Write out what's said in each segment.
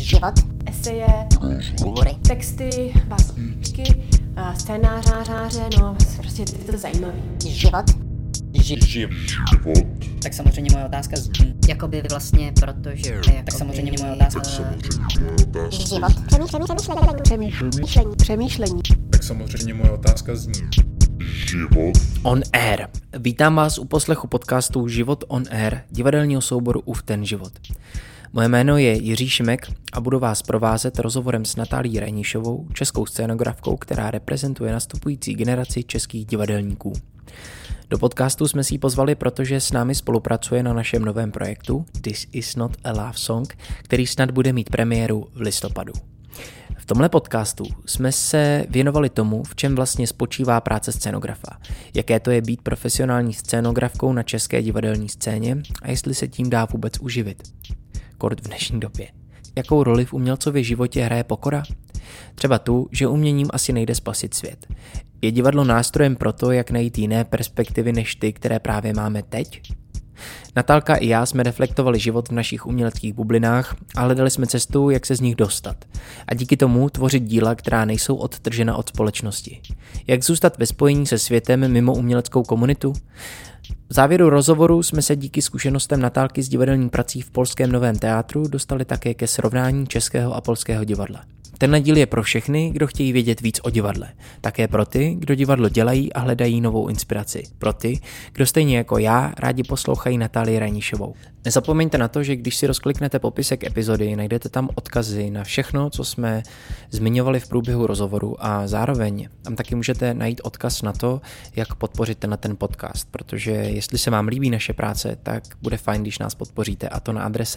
život, eseje, hovory, texty, básničky, scénáře, no prostě je to zajímavý. život, Tak samozřejmě moje otázka zní, Jakoby vlastně, protože... tak samozřejmě moje otázka život, Přemýšlení. Tak samozřejmě moje otázka zní. On Air. Vítám vás u poslechu podcastu Život on Air, divadelního souboru Uf ten život. Moje jméno je Jiří Šimek a budu vás provázet rozhovorem s Natálí Rajnišovou, českou scénografkou, která reprezentuje nastupující generaci českých divadelníků. Do podcastu jsme si ji pozvali, protože s námi spolupracuje na našem novém projektu This is not a love song, který snad bude mít premiéru v listopadu. V tomhle podcastu jsme se věnovali tomu, v čem vlastně spočívá práce scénografa, jaké to je být profesionální scénografkou na české divadelní scéně a jestli se tím dá vůbec uživit. Kort v dnešní době. Jakou roli v umělcově životě hraje pokora? Třeba tu, že uměním asi nejde spasit svět. Je divadlo nástrojem pro to, jak najít jiné perspektivy než ty, které právě máme teď? Natálka i já jsme reflektovali život v našich uměleckých bublinách a hledali jsme cestu, jak se z nich dostat. A díky tomu tvořit díla, která nejsou odtržena od společnosti. Jak zůstat ve spojení se světem mimo uměleckou komunitu? V závěru rozhovoru jsme se díky zkušenostem Natálky s divadelní prací v Polském Novém teátru dostali také ke srovnání českého a polského divadla. Tenhle díl je pro všechny, kdo chtějí vědět víc o divadle. Také pro ty, kdo divadlo dělají a hledají novou inspiraci. Pro ty, kdo stejně jako já rádi poslouchají Natálii Rajnišovou. Nezapomeňte na to, že když si rozkliknete popisek epizody, najdete tam odkazy na všechno, co jsme zmiňovali v průběhu rozhovoru a zároveň tam taky můžete najít odkaz na to, jak podpořit na ten podcast, protože jestli se vám líbí naše práce, tak bude fajn, když nás podpoříte a to na adrese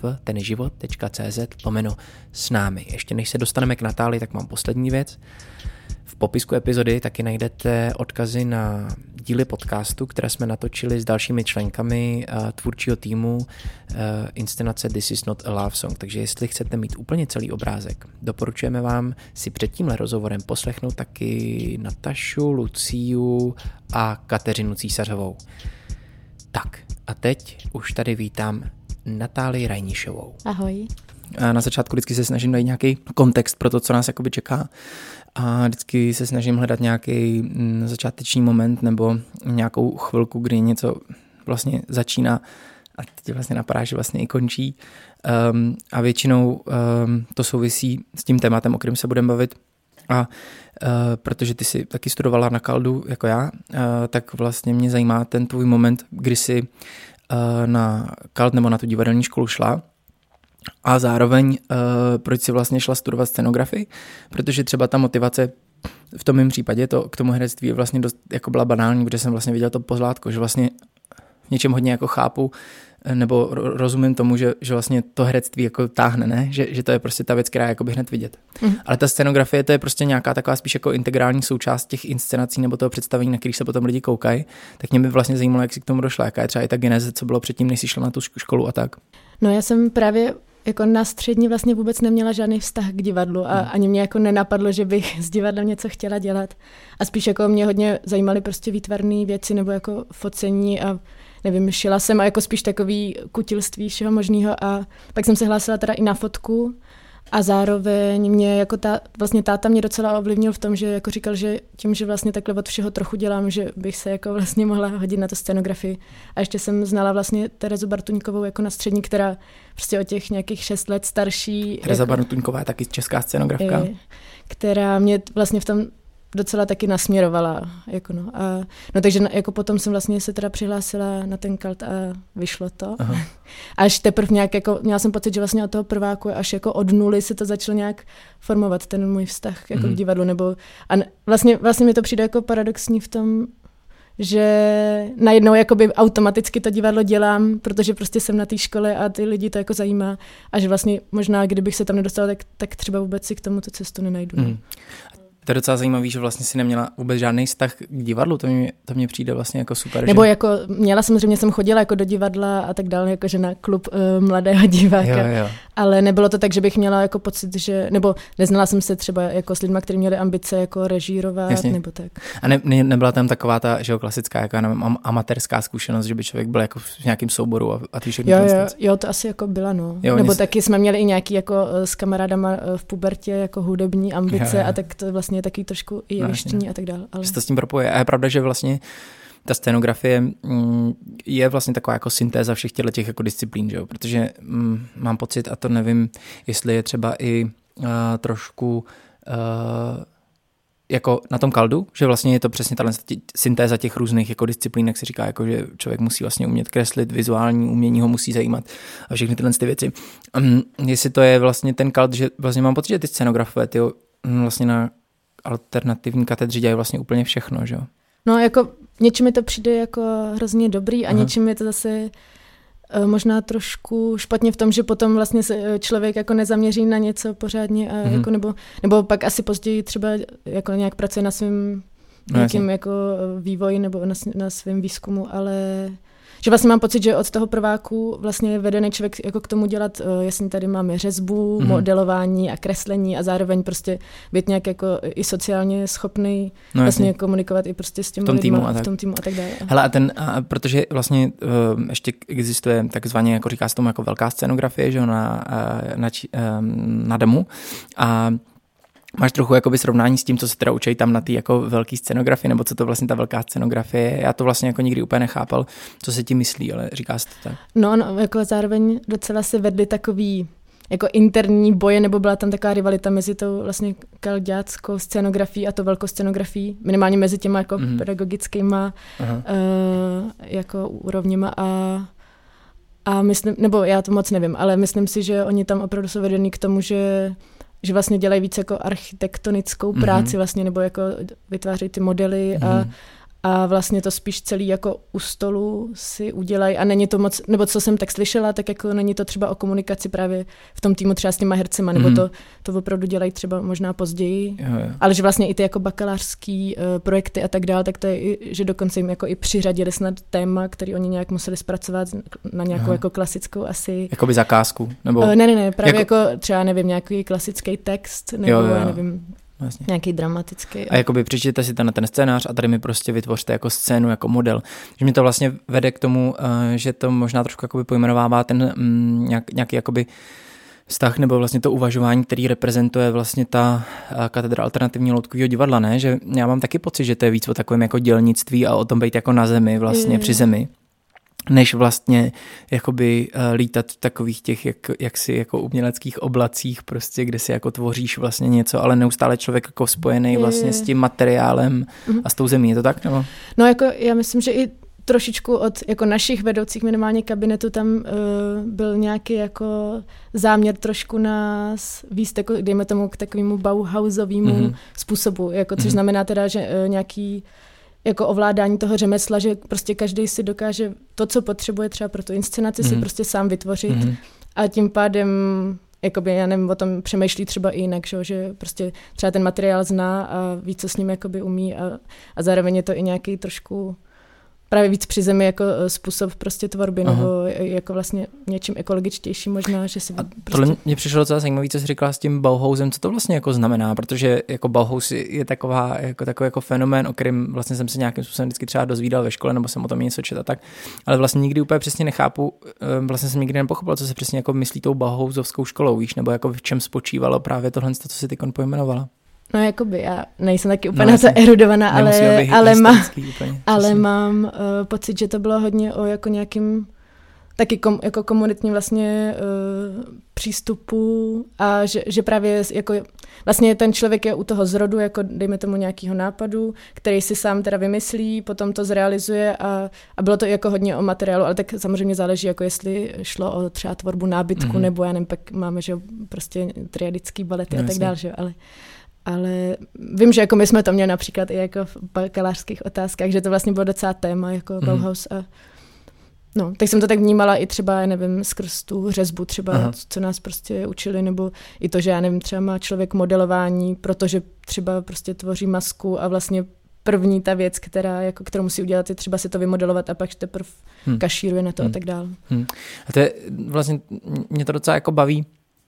uff.tenživot.cz/s námi. Ještě než se dostaneme k Natálii, tak mám poslední věc. V popisku epizody taky najdete odkazy na díly podcastu, které jsme natočili s dalšími členkami tvůrčího týmu inscenace This is not a love song. Takže jestli chcete mít úplně celý obrázek, doporučujeme vám si před tímhle rozhovorem poslechnout taky Natašu, Luciu a Kateřinu Císařovou. Tak a teď už tady vítám Natálii Rajnišovou. Ahoj. A na začátku vždycky se snažím najít nějaký kontext pro to, co nás jakoby čeká. A vždycky se snažím hledat nějaký začáteční moment nebo nějakou chvilku, kdy něco vlastně začíná a teď vlastně napadá, že vlastně i končí. A většinou to souvisí s tím tématem, o kterém se budeme bavit. A protože ty jsi taky studovala na Kaldu jako já, tak vlastně mě zajímá ten tvůj moment, kdy jsi na Kald nebo na tu divadelní školu šla. A zároveň, proč si vlastně šla studovat scenografii, protože třeba ta motivace v tom mém případě to k tomu herectví je vlastně dost jako byla banální, protože jsem vlastně viděl to pozlátko, že vlastně v něčem hodně jako chápu, nebo rozumím tomu, že vlastně to herectví jako táhne, ne? Že to je prostě ta věc, která je jakoby hned vidět. Ale ta scenografie to je prostě nějaká taková spíš jako integrální součást těch inscenací nebo toho představení, na kterých se potom lidi koukají. Tak mě by vlastně zajímalo, jak jsi k tomu došla, jaká je třeba i ta geneze, co bylo předtím, než jsi šla na tu školu a tak. No já jsem právě jako na střední vlastně vůbec neměla žádný vztah k divadlu a ani mě jako nenapadlo, že bych s divadlem něco chtěla dělat. A spíš jako mě hodně zajímaly prostě výtvarné věci nebo jako focení a nevím, šila jsem a jako spíš takový kutilství všeho možného a pak jsem se hlásila teda i na fotku a zároveň mě jako vlastně táta mě docela ovlivnil v tom, že jako říkal, že tím, že vlastně takhle od všeho trochu dělám, že bych se jako vlastně mohla hodit na to scenografii. A ještě jsem znala vlastně Terezu Bartuňkovou jako na střední, která prostě o těch nějakých 6 let starší. Tereza jako, Bartuňková je taky česká scenografka. Která mě vlastně v tom docela taky nasměrovala. Jako no. Takže jako potom jsem vlastně se teda přihlásila na ten Kalt a vyšlo to. Aha. Až teprve nějak, jako, měla jsem pocit, že vlastně od toho prváku až jako od nuly se to začalo nějak formovat, ten můj vztah jako k divadlu. Vlastně mi to přijde jako paradoxní v tom, že najednou jakoby automaticky to divadlo dělám, protože prostě jsem na té škole a ty lidi to jako zajímá a že vlastně možná, kdybych se tam nedostala, tak třeba vůbec si k tomu tu cestu nenajdu. To je docela zajímavý, že vlastně si neměla vůbec žádný vztah k divadlu, to mě přijde vlastně jako super. Nebo jako měla samozřejmě, jsem chodila jako do divadla a tak dále, jakože na klub mladého diváka. Jo. ale nebylo to tak, že bych měla jako pocit, že, nebo neznala jsem se třeba jako s lidmi, kteří měli ambice jako režírovat, jasně. nebo tak. A nebyla tam taková ta, že jo, klasická jako amatérská zkušenost, že by člověk byl jako v nějakém souboru a ty všechny Jo, to asi jako byla, no. Jo, nebo taky jsme měli i nějaký jako s kamarádama v pubertě jako hudební ambice a tak to vlastně taky trošku i jevištní a tak dále. Ale... Že to s tím propoje. A je pravda, že vlastně ta scenografie je vlastně taková jako syntéza všech těch jako disciplín, že jo? Protože mám pocit, a to nevím, jestli je třeba i trošku jako na tom kaldu, že vlastně je to přesně tato syntéza těch různých jako disciplín, jak se říká, jako že člověk musí vlastně umět kreslit, vizuální umění ho musí zajímat a všechny tyhle ty věci. Jestli to je vlastně ten kald, že vlastně mám pocit, že ty scenografové vlastně na alternativní katedře dělají vlastně úplně všechno, že jo? No jako něčím mi to přijde jako hrozně dobrý a něčím je to zase možná trošku špatně v tom, že potom vlastně se člověk jako nezaměří na něco pořádně a jako nebo pak asi později třeba jako nějak pracuje na svém nějakým jako vývoji nebo na svém výzkumu, ale že vlastně mám pocit, že od toho prváku vlastně je vedený člověk jako k tomu dělat, jasně tady máme řezbu, modelování a kreslení a zároveň prostě být nějak jako i sociálně schopný vlastně komunikovat i prostě s těmi lidma v tom týmu a tak dále. Hele, protože vlastně ještě existuje takzvaně, jako říká se tomu jako velká scenografie, že na demo a máš trochu jakoby srovnání s tím, co se teda učí tam na té jako velké scenografii, nebo co to vlastně ta velká scenografie je. Já to vlastně jako nikdy úplně nechápal, co se ti myslí, ale říká se to tak. No, jako zároveň docela se vedly takový jako interní boje, nebo byla tam taková rivalita mezi tou vlastně kalďáckou scenografií a tou velkou scenografií, minimálně mezi těma jako pedagogickýma jako úrovněma a myslím, nebo já to moc nevím, ale myslím si, že oni tam opravdu jsou vedení k tomu, že vlastně dělají víc jako architektonickou práci vlastně, nebo jako vytvářejí ty modely a vlastně to spíš celý jako u stolu si udělají a není to moc, nebo co jsem tak slyšela, tak jako není to třeba o komunikaci právě v tom týmu třeba s těma hercema, nebo to opravdu dělají třeba možná později, ale že vlastně i ty jako bakalářský projekty a tak dále, tak to je i, že dokonce jim jako i přiřadili snad téma, který oni nějak museli zpracovat na nějakou jako klasickou asi. Jakoby zakázku? Nebo... Ne, právě jako třeba nevím, nějaký klasický text, nebo já nevím, vlastně. Nějaký dramatický. A jakoby přečtěte si ten scénář a tady mi prostě vytvořte jako scénu, jako model. Že mi to vlastně vede k tomu, že to možná trošku jakoby pojmenovává ten nějaký jakoby vztah nebo vlastně to uvažování, který reprezentuje vlastně ta katedra alternativního loutkového divadla, ne? Že já mám taky pocit, že to je víc o takovém jako dělnictví a o tom být jako na zemi vlastně, při zemi, než vlastně jakoby lítat v takových těch jaksi jako uměleckých oblacích prostě, kde si jako tvoříš vlastně něco, ale neustále člověk jako spojený vlastně s tím materiálem a s tou zemí, je to tak? Nebo? No jako já myslím, že i trošičku od jako našich vedoucích minimálně kabinetu tam byl nějaký jako záměr trošku nás víc jako, dejme tomu k takovému Bauhausovému způsobu, jako, což znamená teda, že nějaký jako ovládání toho řemesla, že prostě každý si dokáže to, co potřebuje třeba pro tu inscenaci, si prostě sám vytvořit a tím pádem jakoby, já nevím, o tom přemýšlí třeba i jinak, že prostě třeba ten materiál zná a ví, co s ním jakoby umí a zároveň je to i nějaký trošku právě víc při zemi jako způsob prostě tvorby, nebo jako vlastně něčím ekologičtější možná, že si prostě... Tohle mě přišlo docela zajímavé, co jsi říkala s tím Bauhausem, co to vlastně jako znamená, protože jako Bauhaus je takový jako fenomén, o kterém vlastně jsem se nějakým způsobem vždycky třeba dozvídal ve škole, nebo jsem o tom něco četl tak, ale vlastně nikdy úplně přesně nechápu, vlastně jsem nikdy nepochopil, co se přesně jako myslí tou Bauhausovskou školou, víš, nebo jako v čem spočívalo právě tohle, co si tykon pojmenovala. No jakoby, já nejsem taky úplně na to erudovaná, ale mám pocit, že to bylo hodně o jako nějakým taky jako komunitním vlastně přístupu a že právě jako vlastně ten člověk je u toho zrodu, jako dejme tomu nějakýho nápadu, který si sám teda vymyslí, potom to zrealizuje a bylo to jako hodně o materiálu, ale tak samozřejmě záleží, jako jestli šlo o třeba tvorbu nábytku, nebo já nevím, pak máme, že prostě triadický balety a tak dále, že ale vím, že jako my jsme to měli například i jako v bakalářských otázkách, že to vlastně bylo docela téma jako Bauhaus a no, tak jsem to tak vnímala i třeba, nevím, skrz tu řezbu třeba, co nás prostě učili, nebo i to, že já nevím, třeba má člověk modelování, protože třeba prostě tvoří masku a vlastně první ta věc, kterou musí udělat, je třeba si to vymodelovat a pak teprve kašíruje na to a tak dále. A to je vlastně, mě to docela jako baví,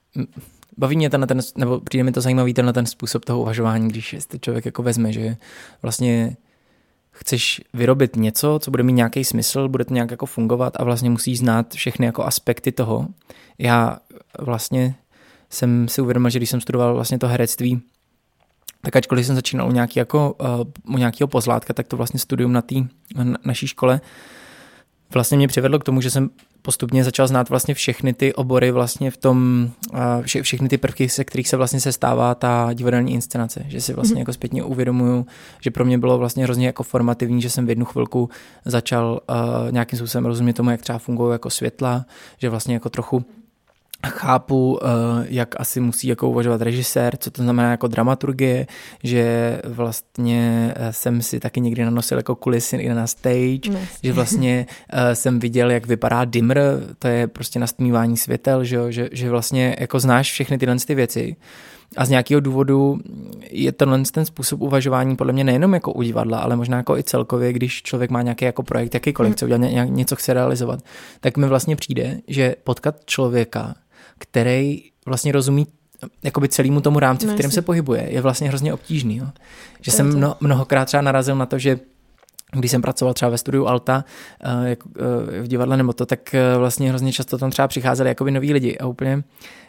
baví mě nebo přijde mi to zajímavý ten způsob toho uvažování, když to člověk jako vezme, že vlastně chceš vyrobit něco, co bude mít nějaký smysl, bude to nějak jako fungovat a vlastně musíš znát všechny jako aspekty toho. Já vlastně jsem si uvědomil, že když jsem studoval vlastně to herectví, tak ačkoliv jsem začínal u nějakého pozlátka, tak to vlastně studium na naší škole vlastně mě přivedlo k tomu, že jsem postupně začal znát vlastně všechny ty obory vlastně v tom, všechny ty prvky, se kterých se vlastně sestává ta divadelní inscenace, že si vlastně jako zpětně uvědomuju, že pro mě bylo vlastně hrozně jako formativní, že jsem v jednu chvilku začal nějakým způsobem rozumět tomu, jak třeba fungují jako světla, že vlastně jako trochu chápu, jak asi musí jako uvažovat režisér, co to znamená jako dramaturgie, že vlastně jsem si taky někdy nanosil jako kulisy na stage, že vlastně jsem viděl, jak vypadá dimmer, to je prostě nastmívání světel, že vlastně jako znáš všechny tyhle ty věci. A z nějakého důvodu je ten způsob uvažování podle mě nejenom jako u divadla, ale možná jako i celkově, když člověk má nějaký jako projekt, jakýkoliv chce udělat, něco chce realizovat, tak mi vlastně přijde, že potkat člověka, který vlastně rozumí jakoby celému tomu rámci, v kterém se pohybuje, je vlastně hrozně obtížný. Jo. Že jsem mnohokrát třeba narazil na to, že když jsem pracoval třeba ve studiu Alta v divadle nebo to, tak vlastně hrozně často tam třeba přicházeli jakoby noví lidi a úplně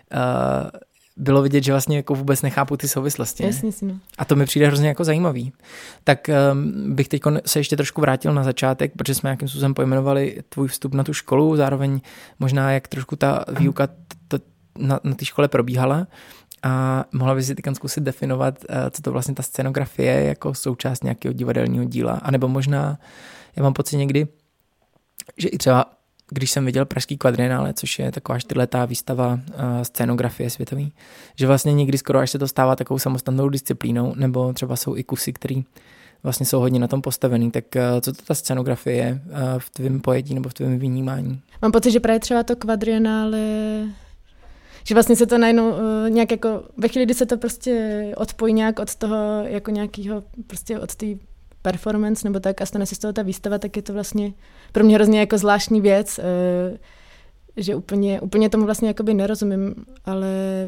bylo vidět, že vlastně jako vůbec nechápu ty souvislosti. Jasně, no. A to mi přijde hrozně jako zajímavý. Tak bych teď se ještě trošku vrátil na začátek, protože jsme nějakým způsobem pojmenovali tvůj vstup na tu školu, zároveň možná jak trošku ta výuka na té škole probíhala a mohla bys si teď zkusit definovat, co to vlastně ta scenografie je jako součást nějakého divadelního díla. A nebo možná, já mám pocit někdy, že i třeba když jsem viděl Pražský kvadrienále, což je taková 4letá výstava scénografie světový, že vlastně někdy skoro až se to stává takovou samostatnou disciplínou, nebo třeba jsou i kusy, které vlastně jsou hodně na tom postavený. Tak co to ta scénografie je v tvém pojetí nebo v tvém vnímání? Mám pocit, že právě třeba to kvadrienále, že vlastně se to najednou nějak jako, ve chvíli, kdy se to prostě odpojí nějak od toho, jako nějakého, prostě od té performance nebo tak a stane se z toho ta výstava, tak je to vlastně pro mě hrozně jako zvláštní věc, že úplně tomu vlastně jakoby nerozumím, ale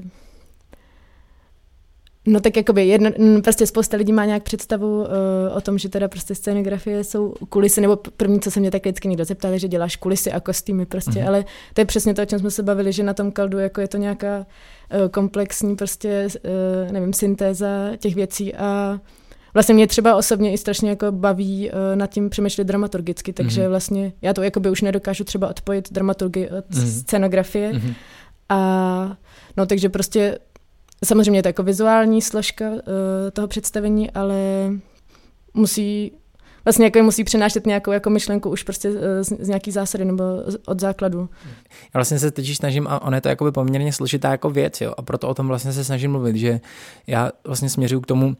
no tak jakoby prostě spousta lidí má nějak představu o tom, že teda prostě scenografie jsou kulisy, nebo první, co se mě tak vždycky někdo zeptali, že děláš kulisy a kostýmy prostě, ale to je přesně to, o čem jsme se bavili, že na tom Kaldu jako je to nějaká komplexní prostě, nevím, syntéza těch věcí a vlastně mě třeba osobně i strašně jako baví nad tím přemýšlet dramaturgicky, takže vlastně já to jakoby už nedokážu třeba odpojit dramaturgii od scenografie a no takže prostě samozřejmě je to jako vizuální složka toho představení, ale musí přenášet nějakou jako myšlenku už prostě z nějaký zásady nebo od základu. Já vlastně se teď snažím, a ono je to jakoby poměrně složitá jako věc, jo, a proto o tom vlastně se snažím mluvit, že já vlastně směřuju k tomu,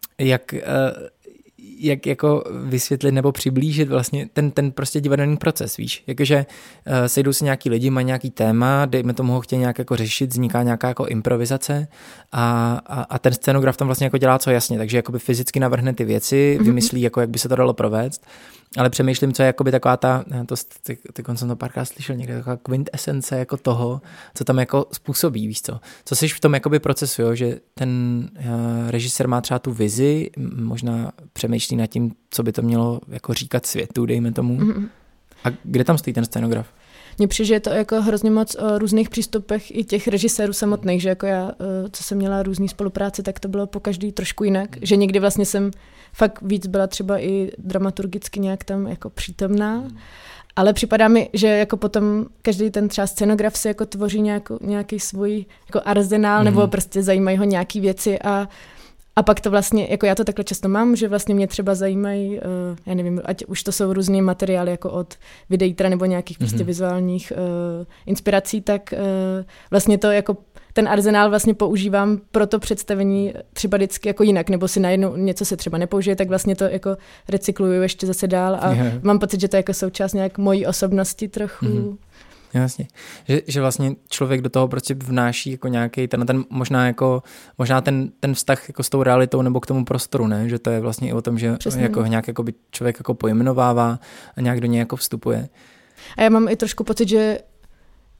jak jako vysvětlit nebo přiblížit vlastně ten prostě divadelní proces, víš. Jakože sejdou si nějaký lidi, mají nějaký téma, dejme tomu ho chtějí nějak jako řešit, vzniká nějaká jako improvizace a ten scénograf tam vlastně jako dělá co jasně, takže jakoby fyzicky navrhne ty věci, vymyslí jako jak by se to dalo provést, ale přemýšlím, co je jakoby taková ty jsem to párkrát slyšel někde, taková kvintesence jako toho, co tam jako způsobí, víš co jsi v tom jakoby procesu, jo? Že ten režisér má třeba tu vizi, možná přemýšlí nad tím, co by to mělo jako říkat světu, dejme tomu. A kde tam stojí ten scénograf? Mně přijde, že je to jako hrozně moc o různých přístupech i těch režisérů samotných, že jako já, co jsem měla různý spolupráce, tak to bylo po každý trošku jinak, že někdy vlastně jsem fakt víc byla třeba i dramaturgicky nějak tam jako přítomná, ale připadá mi, že jako potom každý ten třeba scenograf si jako tvoří nějaký svůj jako arzenál, nebo prostě zajímají ho nějaký věci a pak to vlastně, jako já to takhle často mám, že vlastně mě třeba zajímají, já nevím, ať už to jsou různý materiály jako od videítra nebo nějakých prostě vizuálních inspirací, tak vlastně to jako ten arzenál vlastně používám pro to představení třeba vždycky jako jinak, nebo si najednou něco se třeba nepoužije, tak vlastně to jako recykluju ještě zase dál a mám pocit, že to je jako součást nějak mojí osobnosti trochu. Jasně. Že vlastně člověk do toho prostě vnáší jako nějaký možná ten vztah jako s tou realitou nebo k tomu prostoru, ne? Že to je vlastně i o tom, že jako nějak jako by člověk jako pojmenovává a nějak do něj jako vstupuje. A já mám i trošku pocit, že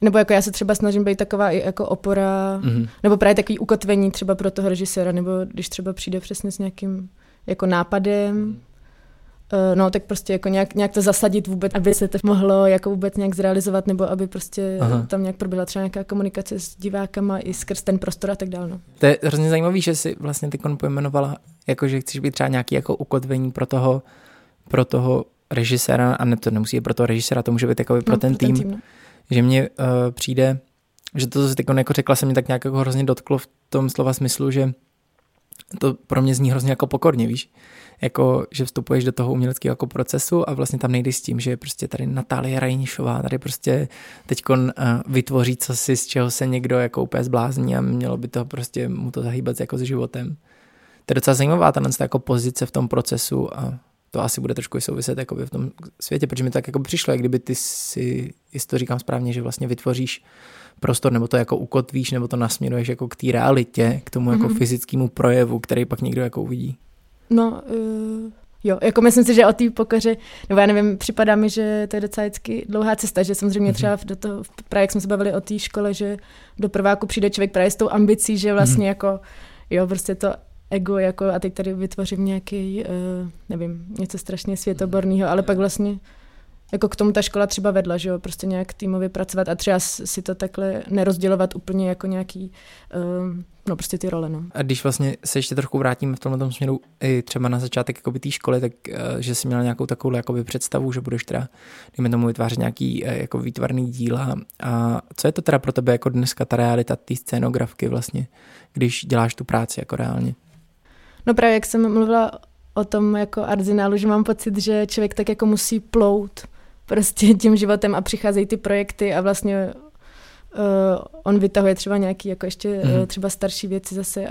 nebo jako já se třeba snažím být taková i jako opora, nebo právě takový ukotvení třeba pro toho režiséra, nebo když třeba přijde přesně s nějakým jako nápadem, no tak prostě jako nějak to zasadit vůbec, aby se to mohlo jako vůbec nějak zrealizovat, nebo aby prostě tam nějak proběhla třeba nějaká komunikace s divákama i skrz ten prostor a tak dále. No. To je hrozně zajímavý, že si vlastně tykon pojmenovala, jako že chceš být třeba nějaký jako ukotvení pro toho režiséra, a ne, to nemusí být pro toho režiséra, to může být jako pro ten tým. No. Že mně přijde, že to, co jsi tykon jako řekla, se mě tak nějak jako hrozně dotklo v tom slova smyslu, že to pro mě zní hrozně jako pokorně, víš? Jako, že vstupuješ do toho uměleckého jako procesu a vlastně tam nejdeš s tím, že prostě tady Natálie Rajnišová tady prostě teďkon vytvoří cosi, z čeho se někdo jako úplně zblázní a mělo by to prostě mu to zahýbat jako s životem. To je docela zajímavá tato jako pozice v tom procesu a to asi bude trošku souviset v tom světě, protože mi to tak jako přišlo, jak kdyby ty si, jestli to říkám správně, že vlastně vytvoříš prostor, nebo to jako ukotvíš, nebo to nasměruješ jako k té realitě, k tomu jako fyzickému projevu, který pak někdo jako uvidí. No, jo, jako myslím si, že o té pokoře, nebo já nevím, připadá mi, že to je docela vždycky dlouhá cesta, že samozřejmě třeba právě jak jsme se bavili o té škole, že do prváku přijde člověk právě s tou ambicí, že vlastně jako, jo, prostě to ego, jako a teď tady vytvořím nějaký, nevím, něco strašně světoborného, ale pak vlastně jako k tomu ta škola třeba vedla, že jo, prostě nějak týmově pracovat a třeba si to takhle nerozdělovat úplně jako nějaký, no prostě ty role, no. A když vlastně se ještě trochu vrátíme v tomhle směru i třeba na začátek jakoby té školy, tak že jsi měla nějakou takovou jakoby představu, že budeš teda, dejme tomu, vytvářet nějaký jako výtvarný díla. A co je to teda pro tebe jako dneska ta realita té scénografky vlastně, když děláš tu práci jako reálně? No právě jak jsem mluvila o tom jako arzinálu, že mám pocit, že člověk tak jako musí plout prostě tím životem a přicházejí ty projekty a vlastně on vytahuje třeba nějaký jako ještě třeba starší věci zase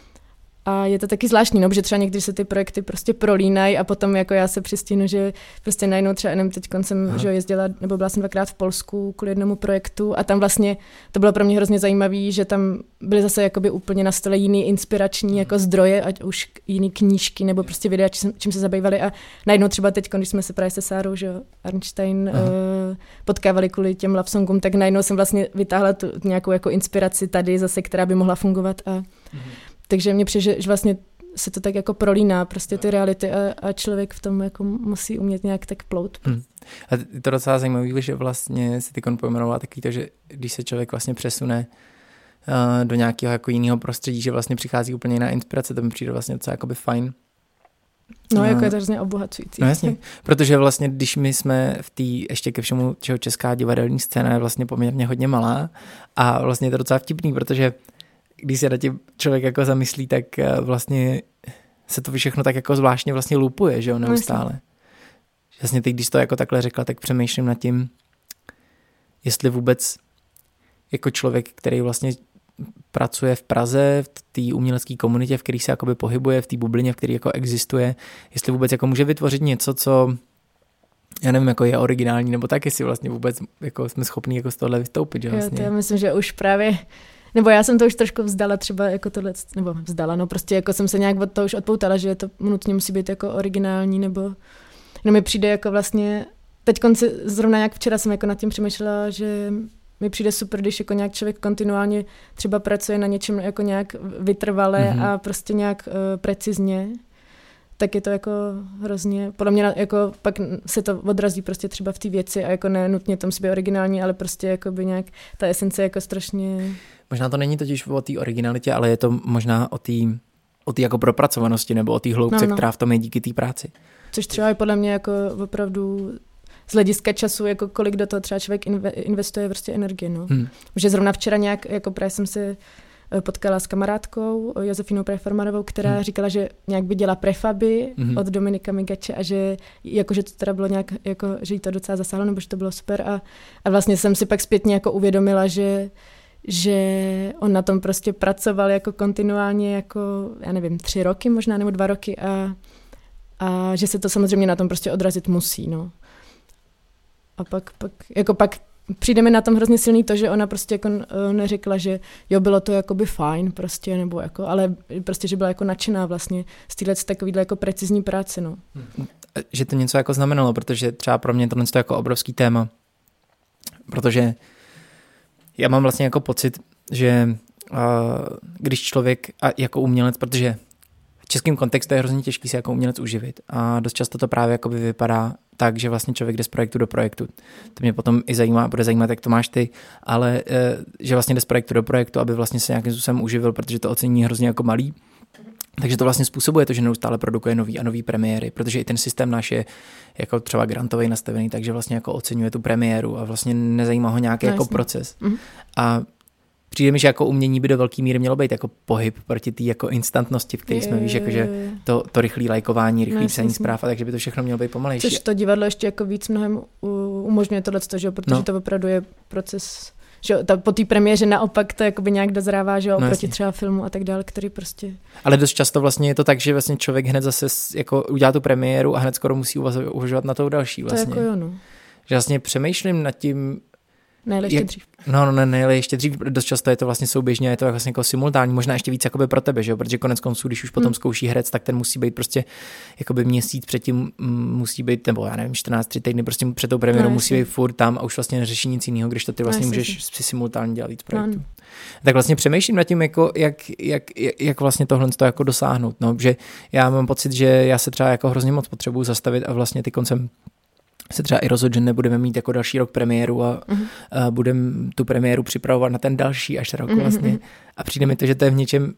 a je to taky zvláštní, no, protože třeba někdy se ty projekty prostě prolínají a potom jako já se přistínu, že prostě najednou třeba jenom teď jsem že jezdila, nebo byla jsem 2krát v Polsku kvůli jednomu projektu a tam vlastně to bylo pro mě hrozně zajímavé, že tam byly zase jakoby úplně na stole jiný inspirační jako zdroje, ať už jiný knížky nebo prostě videa, čím se zabývali a najednou třeba teď, když jsme se právě se Sárou, že Arnstein potkávali kvůli těm love songům, tak najednou jsem vlastně vytáhla tu nějakou jako inspiraci tady zase, která by mohla fungovat a takže mně přijde, že vlastně se to tak jako prolíná prostě ty reality a člověk v tom jako musí umět nějak tak plout. A je to docela zajímavé, že vlastně si tykon pojmenovala taky to, že když se člověk vlastně přesune do nějakého jako jiného prostředí, že vlastně přichází úplně jiná inspirace, to mi přijde vlastně docela jakoby fajn. No, jako je to hrozně obohacující. No jasně, protože vlastně, když my jsme v té, ještě ke všemu, čeho česká divadelní scéna je vlastně poměrně hodně malá a vlastně je to docela vtipný, protože když se na tím člověk jako zamyslí, tak vlastně se to všechno tak jako zvláštně vlastně lupuje, že jo, neustále. Vlastně teď, když to jako takhle řekla, tak přemýšlím nad tím, jestli vůbec jako člověk, který vlastně pracuje v Praze, v té umělecké komunitě, v který se jakoby pohybuje, v té bublině, v který jako existuje, jestli vůbec jako může vytvořit něco, co já nevím, jako je originální, nebo tak, jestli vlastně vůbec jako jsme schopní jako z tohle vystoupit, že vlastně. Jo, to já myslím, že už právě nebo já jsem to už trošku vzdala třeba jako tohle, nebo vzdala, no prostě jako jsem se nějak od toho už odpoutala, že to nutně musí být jako originální, nebo no mi přijde jako vlastně, teď konci, zrovna jak včera jsem jako nad tím přemýšlela, že mi přijde super, když jako nějak člověk kontinuálně třeba pracuje na něčem jako nějak vytrvale a prostě nějak precizně, tak je to jako hrozně, podle mě jako pak se to odrazí prostě třeba v té věci a jako ne nutně to musí být originální, ale prostě jako by nějak ta esence jako strašně. Možná to není totiž o té originalitě, ale je to možná o té jako propracovanosti nebo o té hloubce, která v tom je díky té práci. Což třeba je podle mě jako opravdu z hlediska času, jako kolik do toho třeba člověk investuje prostě energie, no. Že zrovna včera nějak, jako právě jsem se potkala s kamarádkou Josefinou Preformanovou, která říkala, že nějak viděla prefaby od Dominika Migače a že jakože to teda bylo nějak, jako, že jí to docela zasáhlo, nebo že to bylo super a vlastně jsem si pak zpětně jako uvědomila, že on na tom prostě pracoval jako kontinuálně jako, já nevím, 3 roky možná, nebo 2 roky a že se to samozřejmě na tom prostě odrazit musí, no. A pak přijde mi na tom hrozně silný to, že ona prostě jako neřekla, že jo, bylo to jakoby fajn prostě, nebo jako, ale prostě, že byla jako nadšená vlastně z téhle takovýhle jako precizní práce, no. Že to něco jako znamenalo, protože třeba pro mě tohle je jako obrovský téma, protože Já mám vlastně jako pocit, že když člověk a jako umělec, protože v českém kontextu je hrozně těžký se jako umělec uživit a dost často to právě jakoby vypadá tak, že vlastně člověk jde z projektu do projektu. To mě potom i zajímá, bude zajímat, jak to máš ty, ale že vlastně jde z projektu do projektu, aby vlastně se nějakým způsobem uživil, protože to ocení hrozně jako malý. Takže to vlastně způsobuje to, že neustále produkuje nový a nový premiéry, protože i ten systém náš je jako třeba grantový nastavený, takže vlastně jako oceňuje tu premiéru a vlastně nezajímá ho nějaký jako proces. A přijde mi, že jako umění by do velké míry mělo být jako pohyb proti té jako instantnosti, v které jsme, víš, jakože to rychlé lajkování, rychlé psaní zpráv, a takže by to všechno mělo být pomalejší. Což to divadlo ještě jako víc mnohem umožňuje tohleto, že jo, protože to opravdu je proces, že jo, po té premiéře naopak to jakoby nějak dozrává, že jo, oproti třeba filmu a tak dále, který prostě... Ale dost často vlastně je to tak, že vlastně člověk hned zase jako udělá tu premiéru a hned skoro musí uvažovat na tou další vlastně. To jako jo, no. Že vlastně přemýšlím nad tím, nejle ještě dřív. Nejle ještě dřív. Dost často je to vlastně souběžně, je to vlastně jako simultánní, možná ještě víc jakoby pro tebe, že jo? Protože konec konců, když už potom zkouší herec, tak ten musí být prostě jakoby měsíc předtím musí být, nebo já nevím, 14-3 týdny prostě před tou premiérou musí být furt tam a už vlastně neřeší nic jiného, když to ty vlastně můžeš si simultánně dělat víc projektů. Tak vlastně přemýšlím nad tím, jako jak vlastně tohle to jako dosáhnout, no, že já mám pocit, že já se třeba jako hrozně moc potřebuju zastavit a vlastně ty koncem se třeba i rozhodl, že nebudeme mít jako další rok premiéru a budeme tu premiéru připravovat na ten další až rok vlastně. A přijde mi to, že to je v něčem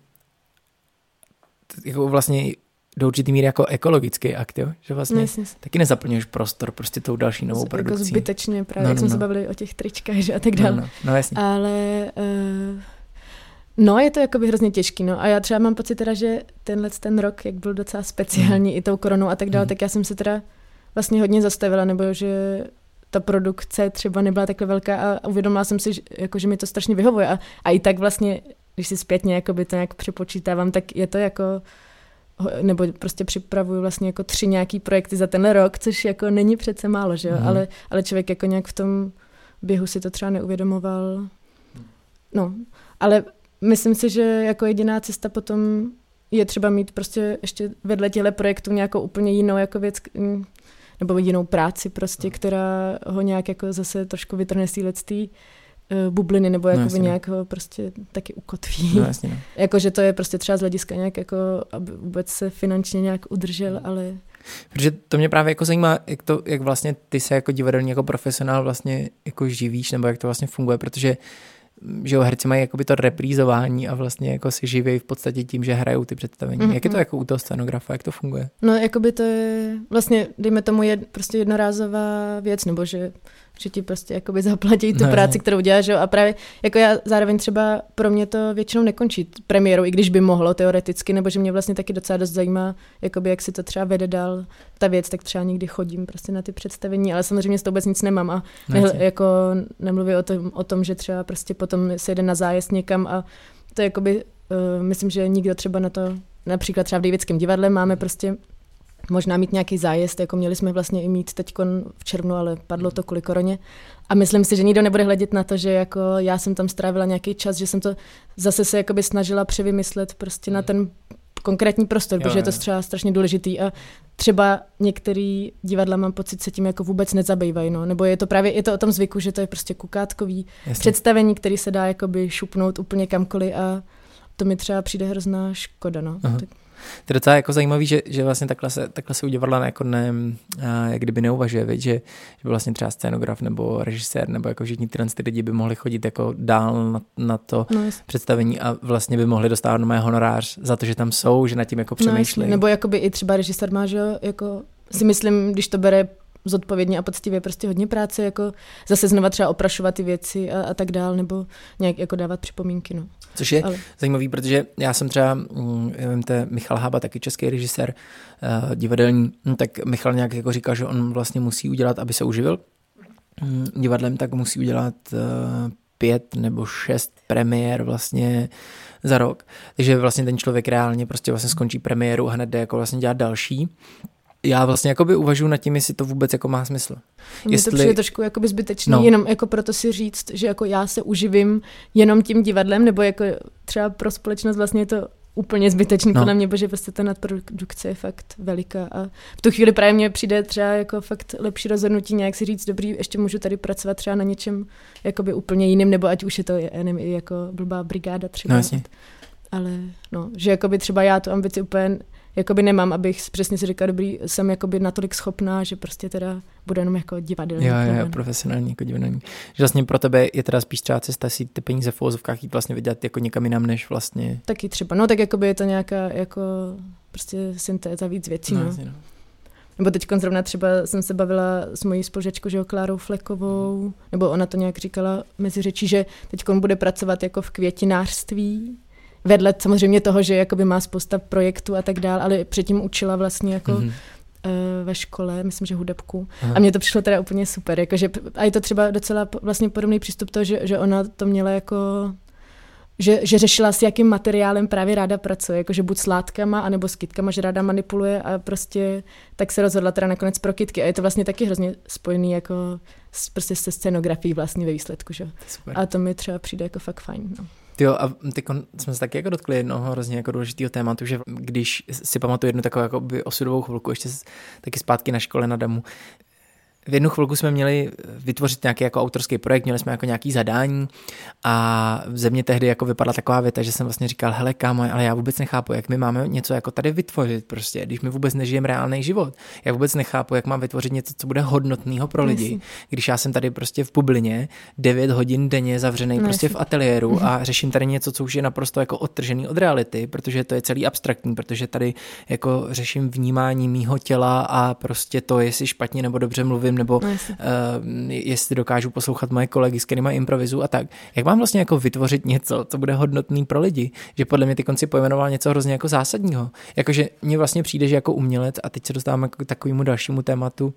jako vlastně do určitý míry jako ekologický akt, jo? Že vlastně taky nezaplňuješ prostor prostě tou další novou produkcí. Jako zbytečně právě, jak jsme se bavili o těch tričkách, že a tak dále. No, jasně. Ale no, je to jakoby hrozně těžký, no. A já třeba mám pocit teda, že ten rok, jak byl docela speciální i tou koronou a tak dále, tak já jsem se teda vlastně hodně zastavila, nebo že ta produkce třeba nebyla takhle velká a uvědomila jsem si, že mi to strašně vyhovuje. A i tak vlastně, když si zpětně jakoby to nějak přepočítávám, tak je to jako, nebo prostě připravuju vlastně jako 3 nějaký projekty za ten rok, což jako není přece málo, že jo? Ale člověk jako nějak v tom běhu si to třeba neuvědomoval. No, ale myslím si, že jako jediná cesta potom je třeba mít prostě ještě vedle těchto projektů nějakou úplně jinou jako věc, nebo jinou práci prostě, která ho nějak jako zase trošku vytrhne z té bubliny, nebo jakoby nějak ho prostě taky ukotví. No, jasně, no. Jakože to je prostě třeba z hlediska nějak jako, aby vůbec se finančně nějak udržel, ale... Protože to mě právě jako zajímá, jak vlastně ty se jako divadelní jako profesionál vlastně jako živíš, nebo jak to vlastně funguje, protože že jo, herci mají jakoby to reprízování a vlastně jako si živějí v podstatě tím, že hrajou ty představení. Jak je to jako u toho scenografa, jak to funguje? No, jakoby to je vlastně, dejme tomu, je prostě jednorázová věc, nebo že ti prostě jakoby zaplatí tu práci, kterou děláš, jo? A právě jako já zároveň třeba pro mě to většinou nekončí premiérou, i když by mohlo teoreticky, nebo že mě vlastně taky docela dost zajímá, jakoby jak si to třeba vede dál ta věc, tak třeba někdy chodím prostě na ty představení, ale samozřejmě s toho vůbec nic nemám a jako nemluvím o tom, že třeba prostě potom se jde na zájezd někam a to jakoby, myslím, že nikdo třeba na to, například třeba v Davidském divadle máme prostě možná mít nějaký zájezd, jako měli jsme vlastně i mít teďkon v červnu, ale padlo to kvůli koroně. A myslím si, že nikdo nebude hledět na to, že jako já jsem tam strávila nějaký čas, že jsem to zase se jakoby snažila převymyslet prostě na ten konkrétní prostor, protože je to třeba strašně důležitý a třeba některý divadla mám pocit, se tím jako vůbec nezabývají, no. Nebo je to o tom zvyku, že to je prostě kukátkový představení, který se dá jakoby šupnout úplně kamkoliv a to mi třeba přijde hrozná škoda, no. To je docela jako zajímavý, že vlastně takhle se u divadla jako jak kdyby neuvažuje, veď, že vlastně třeba scénograf nebo režisér nebo jako všichni ty lidi by mohli chodit jako dál na to představení a vlastně by mohli dostávat normální honorář za to, že tam jsou, že nad tím jako přemýšlejí. Nebo jakoby i třeba režisér má, že jako si myslím, když to bere zodpovědně a poctivě prostě hodně práce, jako zase znova třeba oprašovat ty věci a tak dál, nebo nějak jako dávat připomínky, no. Což je zajímavý, protože já jsem třeba, vím, to je Michal Hába, taky český režisér divadelní, tak Michal nějak jako říkal, že on vlastně musí udělat, aby se uživil divadlem, tak musí udělat 5 nebo 6 premiér vlastně za rok. Takže vlastně ten člověk reálně prostě vlastně skončí premiéru a hned jde jako vlastně dělat další. Já vlastně jakoby uvažuji nad tím, jestli to vůbec jako má smysl. Mně to přijde trošku jakoby zbytečný, jenom jako proto si říct, že jako já se uživím jenom tím divadlem, nebo jako třeba pro společnost vlastně je to úplně zbytečný podle mě, protože prostě ta nadprodukce je fakt veliká a v tu chvíli právě mně přijde třeba jako fakt lepší rozhodnutí nějak si říct, dobrý, ještě můžu tady pracovat třeba na něčem jakoby úplně jiným, nebo ať už je to, já nevím, i jako blbá brigáda třeba. No, ale no, že jakoby třeba já tu ambici úplně jakoby nemám, abych přesně si říkala, dobrý, jsem jakoby natolik schopná, že prostě teda budu jenom jako divadelní. Jo, profesionální jako divadelní. Že vlastně pro tebe je teda spíš třeba cesta si ty peníze v uvozovkách jít vlastně vydělat jako někam jinam, než vlastně... Taky třeba, no tak jakoby je to nějaká jako prostě syntéza víc věcí, no. Vlastně, no. Nebo teď zrovna třeba jsem se bavila s mojí spolužačkou, že jo, Klárou Flekovou, nebo ona to nějak říkala mezi řečí, že teď bude pracovat jako v květinářství, vedle samozřejmě toho, že jakoby má spousta projektů a tak dál, ale předtím učila vlastně jako ve škole, myslím, že hudebku. Aha. A mně to přišlo teda úplně super, jakože, a je to třeba docela vlastně podobný přístup toho, že ona to měla jako, že řešila s jakým materiálem právě ráda pracuje, jakože buď s látkama, anebo s kytkama, že ráda manipuluje a prostě tak se rozhodla teda nakonec pro kytky a je to vlastně taky hrozně spojený jako prostě se scenografií vlastně ve výsledku, že? A to mi třeba přijde jako fakt fajn, no. Jo, a teď jsme se taky jako dotkli jednoho hrozně jako důležitého tématu, že když si pamatuju jednu takovou jako by osudovou chvilku, ještě taky zpátky na škole na Damu, v jednu chvilku jsme měli vytvořit nějaký jako autorský projekt, měli jsme jako nějaký zadání a ze mě tehdy jako vypadla taková věta, že jsem vlastně říkal, hele kámo, ale já vůbec nechápu, jak my máme něco jako tady vytvořit prostě, když my vůbec nežijeme reálný život. Já vůbec nechápu, jak mám vytvořit něco, co bude hodnotného pro lidi, když já jsem tady prostě v bublině 9 hodin denně zavřený prostě v ateliéru a řeším tady něco, co už je naprosto jako odtržený od reality, protože to je celý abstraktní, protože tady jako řeším vnímání mýho těla a prostě to, jestli špatně nebo dobře mluvím, nebo jestli dokážu poslouchat moje kolegy, s kterýma improvizu a tak. Jak mám vlastně jako vytvořit něco, co bude hodnotný pro lidi? Že podle mě ty konci pojmenoval něco hrozně jako zásadního. Jakože mně vlastně přijde, že jako umělec, a teď se dostáváme k takovému dalšímu tématu,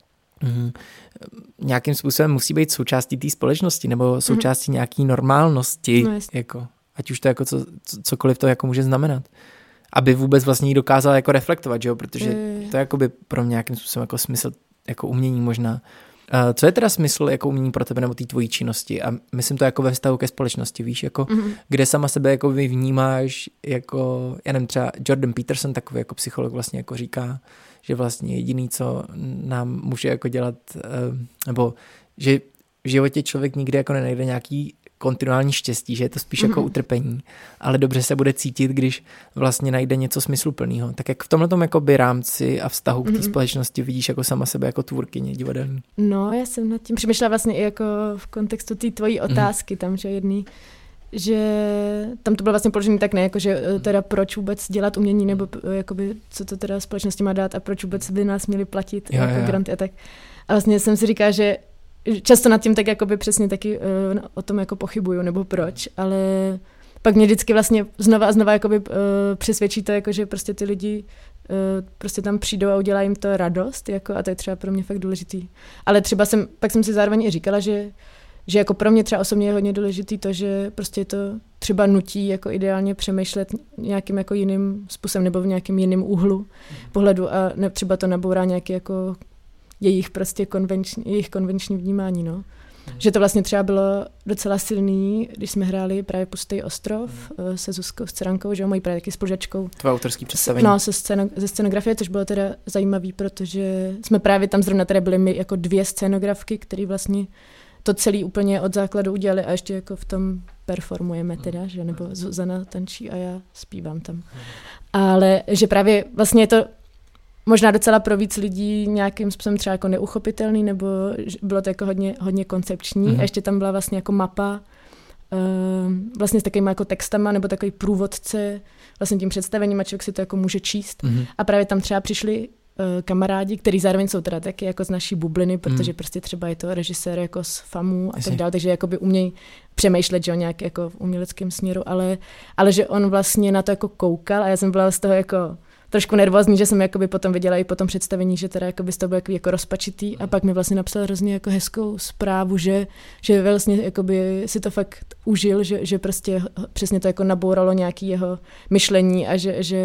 nějakým způsobem musí být součástí té společnosti nebo součástí nějaký normálnosti, jako, ať už to jako cokoliv to jako může znamenat. Aby vůbec vlastně jí dokázala jako reflektovat, že jo? Protože to je jakoby pro mě nějakým způsobem jako smysl jako umění možná. Co je teda smysl jako umění pro tebe nebo té tvojí činnosti? A myslím to jako ve vztahu ke společnosti, víš, jako kde sama sebe jako vnímáš, jako, já nevím, třeba Jordan Peterson, takový jako psycholog vlastně jako říká, že vlastně jediný, co nám může jako dělat, nebo že v životě člověk nikdy jako nenajde nějaký kontinuální štěstí, že je to spíš jako utrpení, ale dobře se bude cítit, když vlastně najde něco smysluplného. Tak jak v tomhletom jakoby rámci a vztahu k té společnosti vidíš jako sama sebe jako tvůrkyně divadelní? No, já jsem nad tím přemýšlela vlastně i jako v kontextu té tvojí otázky, tam, že jedný, že tam to bylo vlastně položený tak ne, jako že teda proč vůbec dělat umění, nebo jakoby, co to teda společnosti má dát a proč vůbec by nás měli platit jako granty a tak. A vlastně jsem si říkala, že často nad tím tak jakoby přesně taky o tom jako pochybuju, nebo proč, ale pak mě vždycky vlastně znova a znova jakoby přesvědčí to, jako, že prostě ty lidi prostě tam přijdou a udělají jim to radost, jako, a to je třeba pro mě fakt důležitý. Ale třeba pak jsem si zároveň i říkala, že jako pro mě třeba osobně je hodně důležitý to, že prostě to třeba nutí jako ideálně přemýšlet nějakým jako jiným způsobem nebo v nějakým jiným úhlu pohledu a třeba to nabourá nějaký jako jejich prostě konvenční vnímání, no. Že to vlastně třeba bylo docela silný, když jsme hráli právě Pustý ostrov se Zuzkou Scerankou, že jo, mojí právě taky spolužačkou. Tvoje autorský představení. No, ze scenografie, což bylo teda zajímavý, protože jsme právě tam zrovna teda byli my jako 2 scenografky, které vlastně to celý úplně od základu udělali a ještě jako v tom performujeme teda, že nebo Zuzana tančí a já zpívám tam. Ale že právě vlastně je to možná docela pro víc lidí nějakým způsobem třeba jako neuchopitelný, nebo bylo to jako hodně koncepční. A ještě tam byla vlastně jako mapa vlastně s takovýma jako textama, nebo takový průvodce vlastně tím představením a člověk si to jako může číst. A právě tam třeba přišli kamarádi, kteří zároveň jsou teda taky jako z naší bubliny, protože prostě třeba je to režisér jako z FAMu a tak dále, takže jakoby umějí přemýšlet, že on nějak jako v uměleckém směru, ale že on vlastně na to jako koukal a já jsem byla z toho jako trošku nervózní, že jsem jakoby potom viděla i po tom představení, že teda jakoby z toho byl jako rozpačitý a pak mi vlastně napsal hrozně jako hezkou zprávu, že vlastně jakoby si to fakt užil, že prostě přesně to jako nabouralo nějaký jeho myšlení a že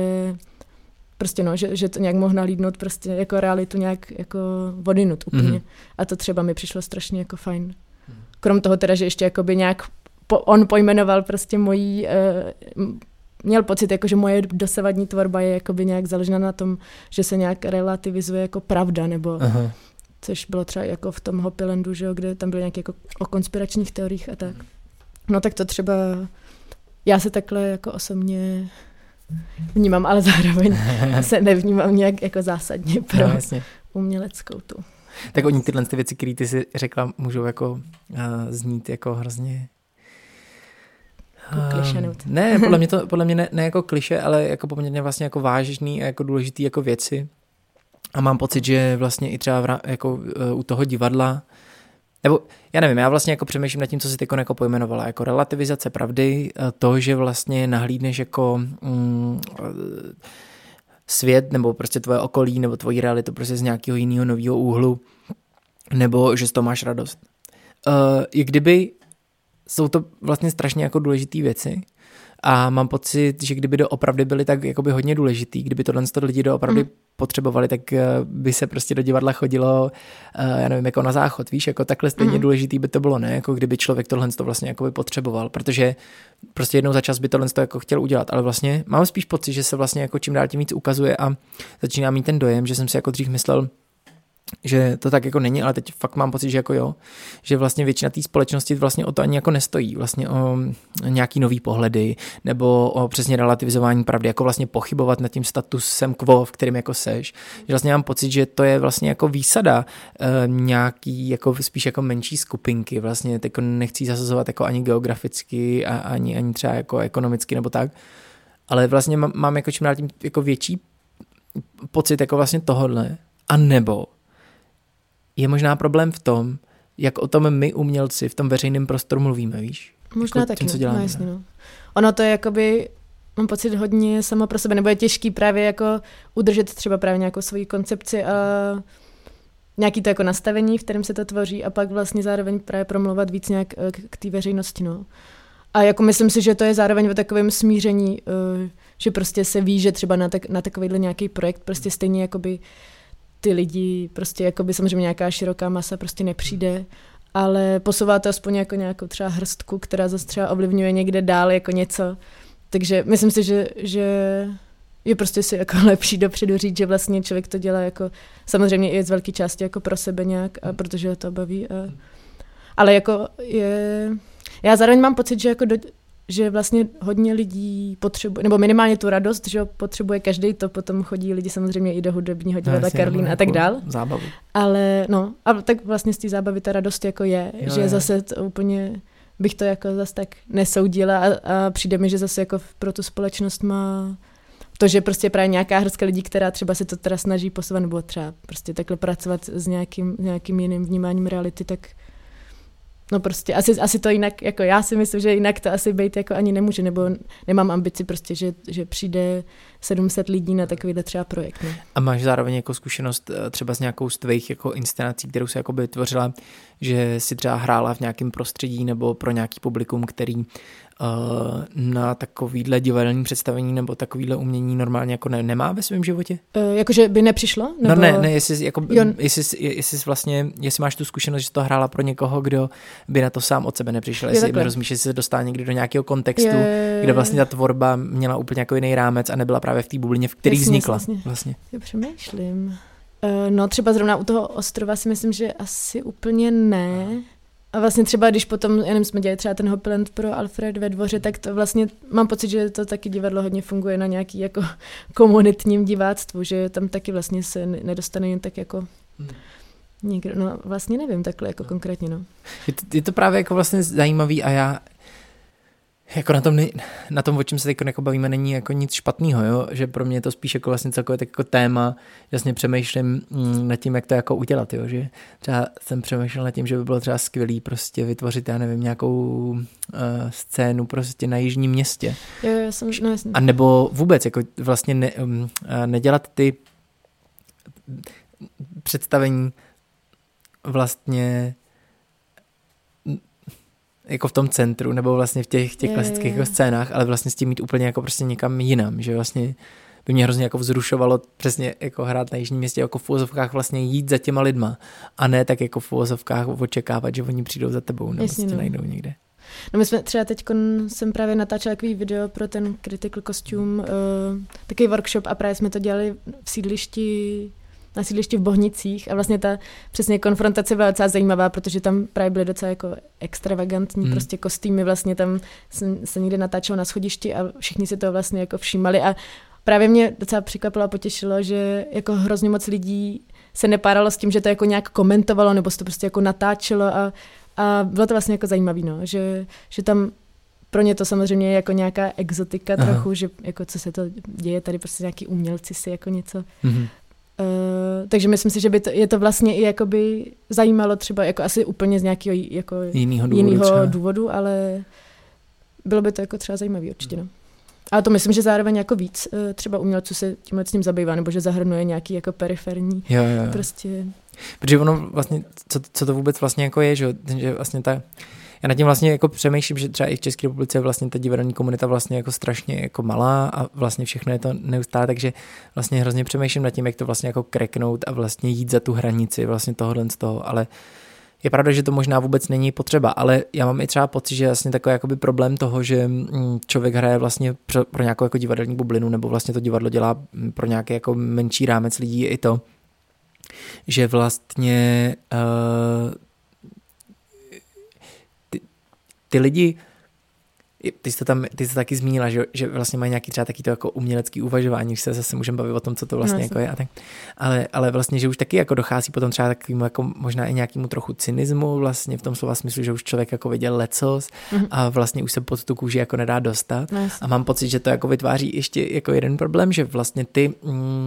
prostě no, že to nějak mohl nalídnout prostě jako realitu nějak jako odinut úplně. A to třeba mi přišlo strašně jako fajn. Krom toho teda, že ještě jakoby nějak on pojmenoval prostě mojí měl pocit, jako, že moje dosavadní tvorba je jakoby nějak založena na tom, že se nějak relativizuje jako pravda, nebo což bylo třeba jako v tom Hopilandu, že jo, kde tam bylo nějaké jako o konspiračních teoriích a tak. No tak to třeba já se takhle jako osobně vnímám, ale zároveň se nevnímám nějak jako zásadně pro uměleckou tu. Tak oni tyhle ty věci, které ty si řekla, můžou jako znít jako hrozně... kliše, ne, podle mě ne jako kliše, ale jako poměrně vlastně jako vážný a jako důležitý jako věci. A mám pocit, že vlastně i třeba jako u toho divadla, nebo já nevím, já vlastně jako přemýšlím nad tím, co si teď jako pojmenovala, jako relativizace pravdy, to, že vlastně nahlídneš jako svět, nebo prostě tvoje okolí, nebo tvoji realitu prostě z nějakého jiného nového úhlu, nebo že z toho máš radost. I kdyby jsou to vlastně strašně jako důležitý věci a mám pocit, že kdyby doopravdy byly tak jakoby hodně důležitý, kdyby tohle lidi doopravdy potřebovali, tak by se prostě do divadla chodilo, já nevím, jako na záchod, víš, jako takhle stejně důležitý by to bylo, ne, jako kdyby člověk tohle vlastně jakoby potřeboval, protože prostě jednou za čas by tohle jako chtěl udělat, ale vlastně mám spíš pocit, že se vlastně jako čím dál tím víc ukazuje a začíná mít ten dojem, že jsem si jako dřív myslel, že to tak jako není, ale teď fakt mám pocit, že jako jo, že vlastně většina té společnosti vlastně o to ani jako nestojí, vlastně o nějaký nový pohledy, nebo o přesně relativizování pravdy, jako vlastně pochybovat nad tím statusem quo, v kterým jako seš. Že vlastně mám pocit, že to je vlastně jako výsada nějaký jako spíš jako menší skupinky, vlastně jako nechci zasazovat jako ani geograficky a ani třeba jako ekonomicky nebo tak, ale vlastně mám jako čím dál tím jako větší pocit jako vlastně tohodle, a nebo je možná problém v tom, jak o tom my umělci v tom veřejném prostoru mluvíme, víš? Možná jako taky, tím, co děláme, no, jasně, no. Ono to je jakoby, mám pocit, hodně samo pro sebe, nebo je těžký právě jako udržet třeba právě nějakou svoji koncepci a nějaký to jako nastavení, v kterém se to tvoří a pak vlastně zároveň právě promluvat víc nějak k té veřejnosti, no. A jako myslím si, že to je zároveň o takovém smíření, že prostě se ví, že třeba na takovýhle nějaký projekt prostě stejně jakoby ty lidi, prostě jakoby samozřejmě nějaká široká masa prostě nepřijde, ale posouvá to aspoň jako nějakou třeba hrstku, která zase třeba ovlivňuje někde dál jako něco. Takže myslím si, že je prostě si jako lepší dopředu říct, že vlastně člověk to dělá jako samozřejmě i z velké části jako pro sebe nějak, a protože ho to baví. Ale jako já zároveň mám pocit, že jako že vlastně hodně lidí potřebuje, nebo minimálně tu radost, že potřebuje každý, to potom chodí lidi samozřejmě i do hudebního divadla Karlín a tak dál. Zábavu. Ale no, a tak vlastně z té zábavy ta radost jako je, že zase to úplně bych to jako zase tak nesoudila a přijde mi, že zase jako pro tu společnost má to, že prostě právě nějaká hrstka lidí, která třeba se to teda snaží posouvat, nebo třeba prostě takhle pracovat s nějakým jiným vnímáním reality, tak no prostě asi to jinak, jako já si myslím, že jinak to asi být jako ani nemůže, nebo nemám ambici prostě, že přijde 700 lidí na takovýhle třeba projekt. Ne? A máš zároveň jako zkušenost třeba s nějakou z tvých jako inscenací, kterou si jakoby tvořila, že si třeba hrála v nějakém prostředí nebo pro nějaký publikum, který na takovýhle divadelní představení nebo takovýhle umění normálně jako nemá ve svém životě? Jakože by nepřišlo? Nebo... No ne, jestli máš tu zkušenost, že to hrála pro někoho, kdo by na to sám od sebe nepřišel, jestli mi rozumíš, že se dostal někdy do nějakého kontextu, kde vlastně ta tvorba měla úplně jako jiný rámec a nebyla právě v té bublině, v který vznikla. Vlastně. Já přemýšlím. No třeba zrovna u toho ostrova si myslím, že asi úplně ne. A vlastně třeba, když potom, já nevím, jsme dělali třeba ten Hopiland pro Alfred ve Dvoře, tak to vlastně mám pocit, že to taky divadlo hodně funguje na nějaký jako komunitním diváctvu, že tam taky vlastně se nedostane jen tak jako někdo, no vlastně nevím takhle jako konkrétně, no. Je to právě jako vlastně zajímavý a já jako na tom, o čem se teď jako bavíme, není jako nic špatného, jo? Že pro mě je to spíš jako vlastně celkově tak jako téma, jasně přemýšlím nad tím, jak to jako udělat, jo? Že třeba jsem přemýšlel nad tím, že by bylo třeba skvělý prostě vytvořit, já nevím, nějakou scénu prostě na Jižním Městě. Jo, jasně. A nebo vůbec jako vlastně nedělat ty představení vlastně jako v tom centru, nebo vlastně v těch klasických jako scénách, ale vlastně s tím mít úplně jako prostě někam jinam, že vlastně by mě hrozně jako vzrušovalo přesně jako hrát na Jižním Městě, jako v uvozovkách vlastně jít za těma lidma a ne tak jako v uvozovkách očekávat, že oni přijdou za tebou nebo se najdou někde. No my jsme třeba jsem právě natáčela takový video pro ten Critical Costume, takový workshop a právě jsme to dělali na sídlišti v Bohnicích a vlastně ta přesně konfrontace byla docela zajímavá, protože tam právě byly docela jako extravagantní prostě kostýmy, vlastně tam se někde natáčelo na schodišti a všichni si to vlastně jako všímali a právě mě docela překvapilo a potěšilo, že jako hrozně moc lidí se nepáralo s tím, že to jako nějak komentovalo nebo se to prostě jako natáčelo a bylo to vlastně jako zajímavé, no, že tam pro ně to samozřejmě je jako nějaká exotika trochu, že jako co se to děje, tady prostě nějaký umělci si jako něco. Takže myslím si, že je to vlastně i jakoby zajímalo třeba jako asi úplně z nějakého jako jinýho důvodu, ale bylo by to jako třeba zajímavý určitě, no. Ale to myslím, že zároveň jako víc třeba umělců se tímhle s tím zabývá, nebo že zahrnuje nějaký jako periferní prostě. Protože ono vlastně, co to vůbec vlastně jako je, že vlastně já nad tím vlastně jako přemýšlím, že třeba i v České republice vlastně ta divadelní komunita vlastně jako strašně jako malá a vlastně všechno je to neustále, takže vlastně hrozně přemýšlím nad tím, jak to vlastně jako kreknout a vlastně jít za tu hranici vlastně tohohle z toho, ale je pravda, že to možná vůbec není potřeba, ale já mám i třeba pocit, že vlastně takový jakoby problém toho, že člověk hraje vlastně pro nějakou jako divadelní bublinu, nebo vlastně to divadlo dělá pro nějaký jako menší rámec lidí, je i to, že vlastně ty lidi, ty jsi taky zmínila, že vlastně mají nějaký třeba taky to jako umělecký uvažování, že se zase můžeme bavit o tom, co to vlastně jako je a tak. Ale vlastně, že už taky jako dochází potom třeba takovému jako možná i nějakému trochu cynismu vlastně v tom slova smyslu, že už člověk jako viděl lecos a vlastně už se pod tu kůži jako nedá dostat. A mám pocit, že to jako vytváří ještě jako jeden problém, že vlastně ty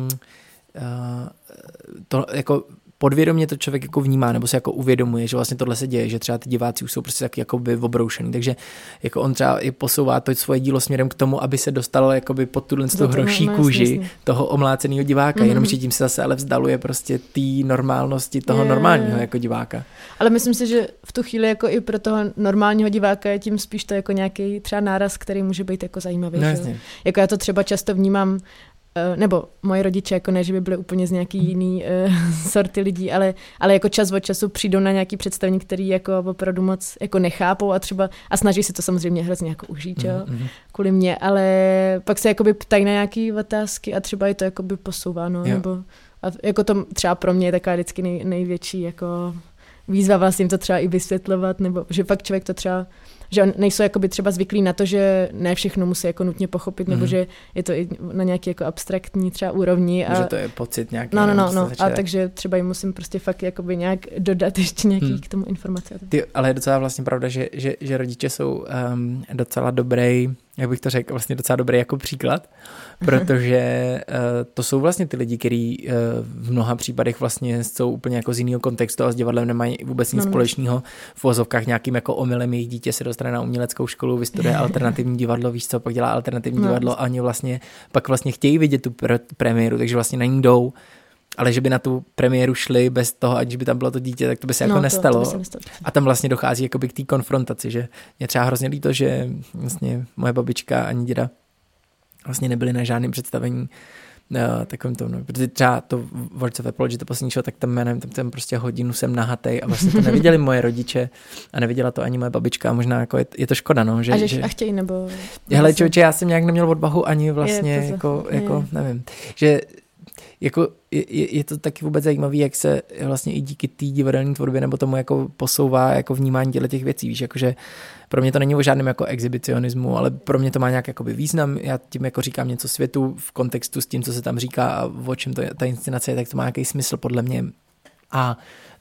to jako podvědomě to člověk jako vnímá, nebo se jako uvědomuje, že vlastně tohle se děje, že třeba ty diváci už jsou prostě taky jakoby obroušený, takže jako on třeba i posouvá to svoje dílo směrem k tomu, aby se dostalo jakoby pod tuhle hroší kůži toho omláceného diváka, jenomže tím se zase ale vzdaluje prostě té normálnosti toho normálního jako diváka. Ale myslím si, že v tu chvíli jako i pro toho normálního diváka je tím spíš to jako nějaký třeba náraz, který může být jako zajímavý. No, jako já to třeba často vnímám, nebo moji rodiče, jako ne, že by byly úplně z nějaký jiný sorty lidí, ale jako čas od času přijdou na nějaký představení, který jako opravdu moc jako nechápou a snaží se to samozřejmě hrozně jako užít, jo, kvůli mě, ale pak se jakoby ptají na nějaký otázky a třeba je to jakoby posouváno, nebo a jako to třeba pro mě je taková vždycky největší jako výzva vlastně jim to třeba i vysvětlovat, nebo že fakt člověk to třeba, že nejsou jakoby třeba zvyklí na to, že ne všechno musí jako nutně pochopit, nebo že je to i na nějaký jako abstraktní třeba úrovni. Že to je pocit nějaký. No. A takže třeba jim musím prostě fakt jakoby nějak dodat ještě nějaký k tomu informace. Ale je docela vlastně pravda, že rodiče jsou docela dobrý, jak bych to řekl, vlastně docela dobrý jako příklad, protože to jsou vlastně ty lidi, kteří v mnoha případech vlastně jsou úplně jako z jiného kontextu a s divadlem nemají vůbec nic společného. V uvozovkách nějakým jako omylem jejich dítě se dostane na uměleckou školu, vystuduje alternativní divadlo, víš co, pak dělá alternativní divadlo a oni vlastně pak vlastně chtějí vidět tu premiéru, takže vlastně na ní jdou, ale že by na tu premiéru šli bez toho, aniž by tam bylo to dítě, tak to by se jako nestalo. To by se nestalo. A tam vlastně dochází jakoby k té konfrontaci, že mě třeba hrozně líto, že vlastně moje babička ani děda vlastně nebyli na žádném představení takovým tom, no. Protože třeba to Words of Apology, to poslední show, tak tam, já nevím, tam prostě hodinu jsem nahatej a vlastně to neviděli moje rodiče a neviděla to ani moje babička a možná jako je to škoda, no. A chtějí, nebo... Hele, člověče, já jsem nějak neměl odvahu ani vlastně, nevím, že jako je to taky vůbec zajímavé, jak se vlastně i díky té divadelní tvorbě nebo tomu jako posouvá jako vnímání těch věcí, víš, jakože pro mě to není o žádném jako exhibicionismu, ale pro mě to má nějak jakoby význam, já tím jako říkám něco světu v kontextu s tím, co se tam říká a o čem to je, ta inscenace je, tak to má nějaký smysl podle mě a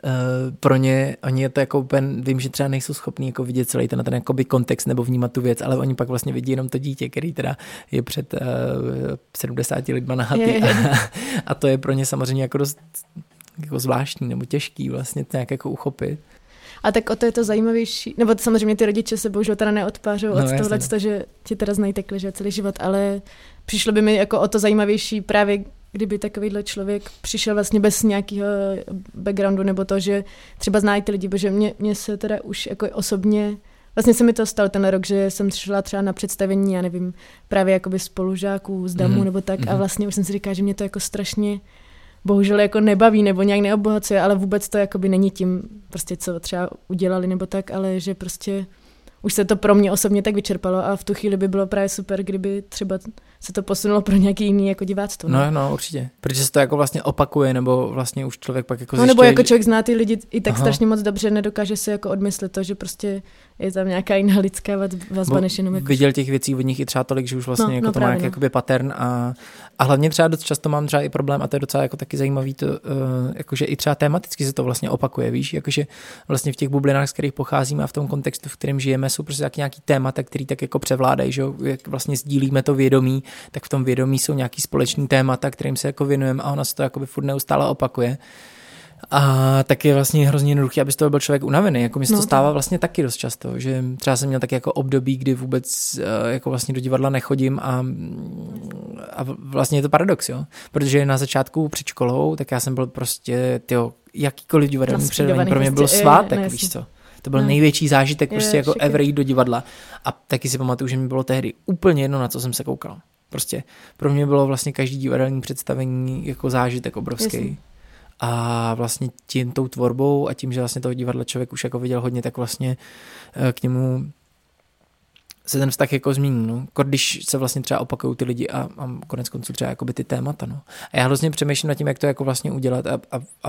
pro ně, oni je to jako úplně, vím, že třeba nejsou schopní jako vidět celý ten jakoby kontext nebo vnímat tu věc, ale oni pak vlastně vidí jenom to dítě, který teda je před 70 lidma nahatý a to je pro ně samozřejmě jako dost jako zvláštní nebo těžký vlastně to nějak jako uchopit. A tak o to je to zajímavější, nebo to samozřejmě ty rodiče se bohužel teda neodpářou od tohoto, že ti teda znají takhle, že celý život, ale přišlo by mi jako o to zajímavější právě kdyby takovýhle člověk přišel vlastně bez nějakého backgroundu nebo to, že třeba znají ty lidi, protože mě se teda už jako osobně, vlastně se mi to stalo ten rok, že jsem šla třeba na představení, já nevím, právě jakoby spolužáků z DAMu nebo tak a vlastně už jsem si říkala, že mě to jako strašně bohužel jako nebaví nebo nějak neobohacuje, ale vůbec to jakoby není tím prostě, co třeba udělali nebo tak, ale že prostě už se to pro mě osobně tak vyčerpalo a v tu chvíli by bylo právě super, kdyby třeba se to posunulo pro nějaký jiný jako diváctvo. No, určitě. Protože se to jako vlastně opakuje, nebo vlastně už člověk pak jako zjišťuje. Nebo jako člověk zná ty lidi i tak strašně moc dobře, nedokáže si jako odmyslet to, že prostě je tam nějaká jiná lidská vazba, než jenom jako... Viděl těch věcí od nich i třeba tolik, že už vlastně jako to má nějaký jakoby pattern a hlavně třeba dost často mám třeba i problém a to je docela jako taky zajímavý to, jakože i třeba tematicky se to vlastně opakuje, víš, jakože vlastně v těch bublinách, z kterých pocházíme a v tom kontextu, v kterém žijeme, jsou prostě taky nějaký témata, který tak jako převládají, že jak vlastně sdílíme to vědomí, tak v tom vědomí jsou nějaký společný témata, kterým se jako věnujeme a ona se to jakoby furt neustále opakuje. A tak je vlastně hrozně jednoduchý, aby z toho byl člověk unavený. Jako mi se to stává vlastně taky dost často, že třeba jsem měl taky jako období, kdy vůbec jako vlastně do divadla nechodím a vlastně je to paradox, jo. Protože na začátku před školou, tak já jsem byl prostě, jakýkoliv divadelní představení pro mě byl svátek, víš co. To byl největší zážitek prostě jako ever jít do divadla. A taky si pamatuju, že mi bylo tehdy úplně jedno, na co jsem se koukal. Prostě pro mě bylo vlastně každý divadelní představení jako zážitek obrovský. Jasně. A vlastně tím tou tvorbou a tím, že vlastně toho divadla člověk už jako viděl hodně, tak vlastně k němu se ten vztah jako změní, no. Když se vlastně třeba opakují ty lidi a konec konců třeba jakoby ty témata, no. A já hrozně přemýšlím nad tím, jak to jako vlastně udělat a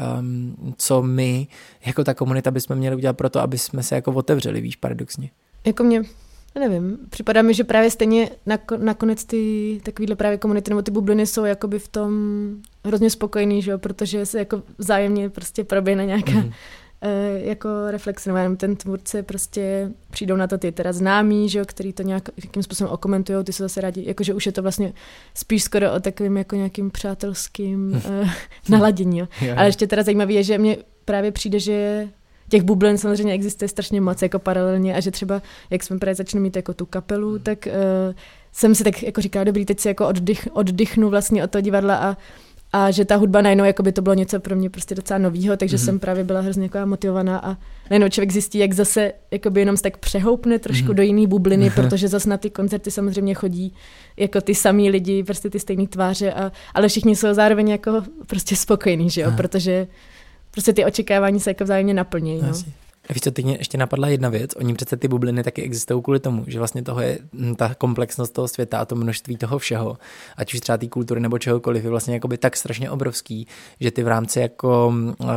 co my jako ta komunita bychom měli udělat pro to, aby jsme se jako otevřeli, víš, paradoxně. Jako mě, nevím, připadá mi, že právě stejně nakonec ty takovýhle právě komunity nebo ty bubliny jsou jakoby v tom hrozně spokojný, že jo, protože se jako vzájemně prostě proběhne nějaká jako reflexe, nebo ten tvůrce prostě přijdou na to ty teda známí, že jo, který to nějakým způsobem okomentujou, ty jsou zase rádi, jakože už je to vlastně spíš skoro o takovým jako nějakým přátelským naladění, jo. Ale ještě teda zajímavé je, že mně právě přijde, že těch bublin samozřejmě existuje strašně moc jako paralelně a že třeba, jak jsme právě začali mít jako tu kapelu, tak jsem si tak jako říkala, dobrý, teď si jako oddychnu vlastně od toho divadla a že ta hudba najednou jako by to bylo něco pro mě prostě docela novýho, takže jsem právě byla hrozně jako motivovaná a najednou člověk zjistí, jak zase jakoby jenom se tak přehoupne trošku do jiný bubliny, protože zase na ty koncerty samozřejmě chodí jako ty samý lidi, prostě ty stejný tváře, ale všichni jsou zároveň jako prostě spokojení, že jo, protože prostě ty očekávání se jako vzájemně naplní. No. A víš co, teď mě ještě napadla jedna věc, oni přece ty bubliny taky existují kvůli tomu, že vlastně toho je ta komplexnost toho světa a to množství toho všeho, ať už třeba té kultury nebo čehokoliv, je vlastně jakoby tak strašně obrovský, že ty v rámci jako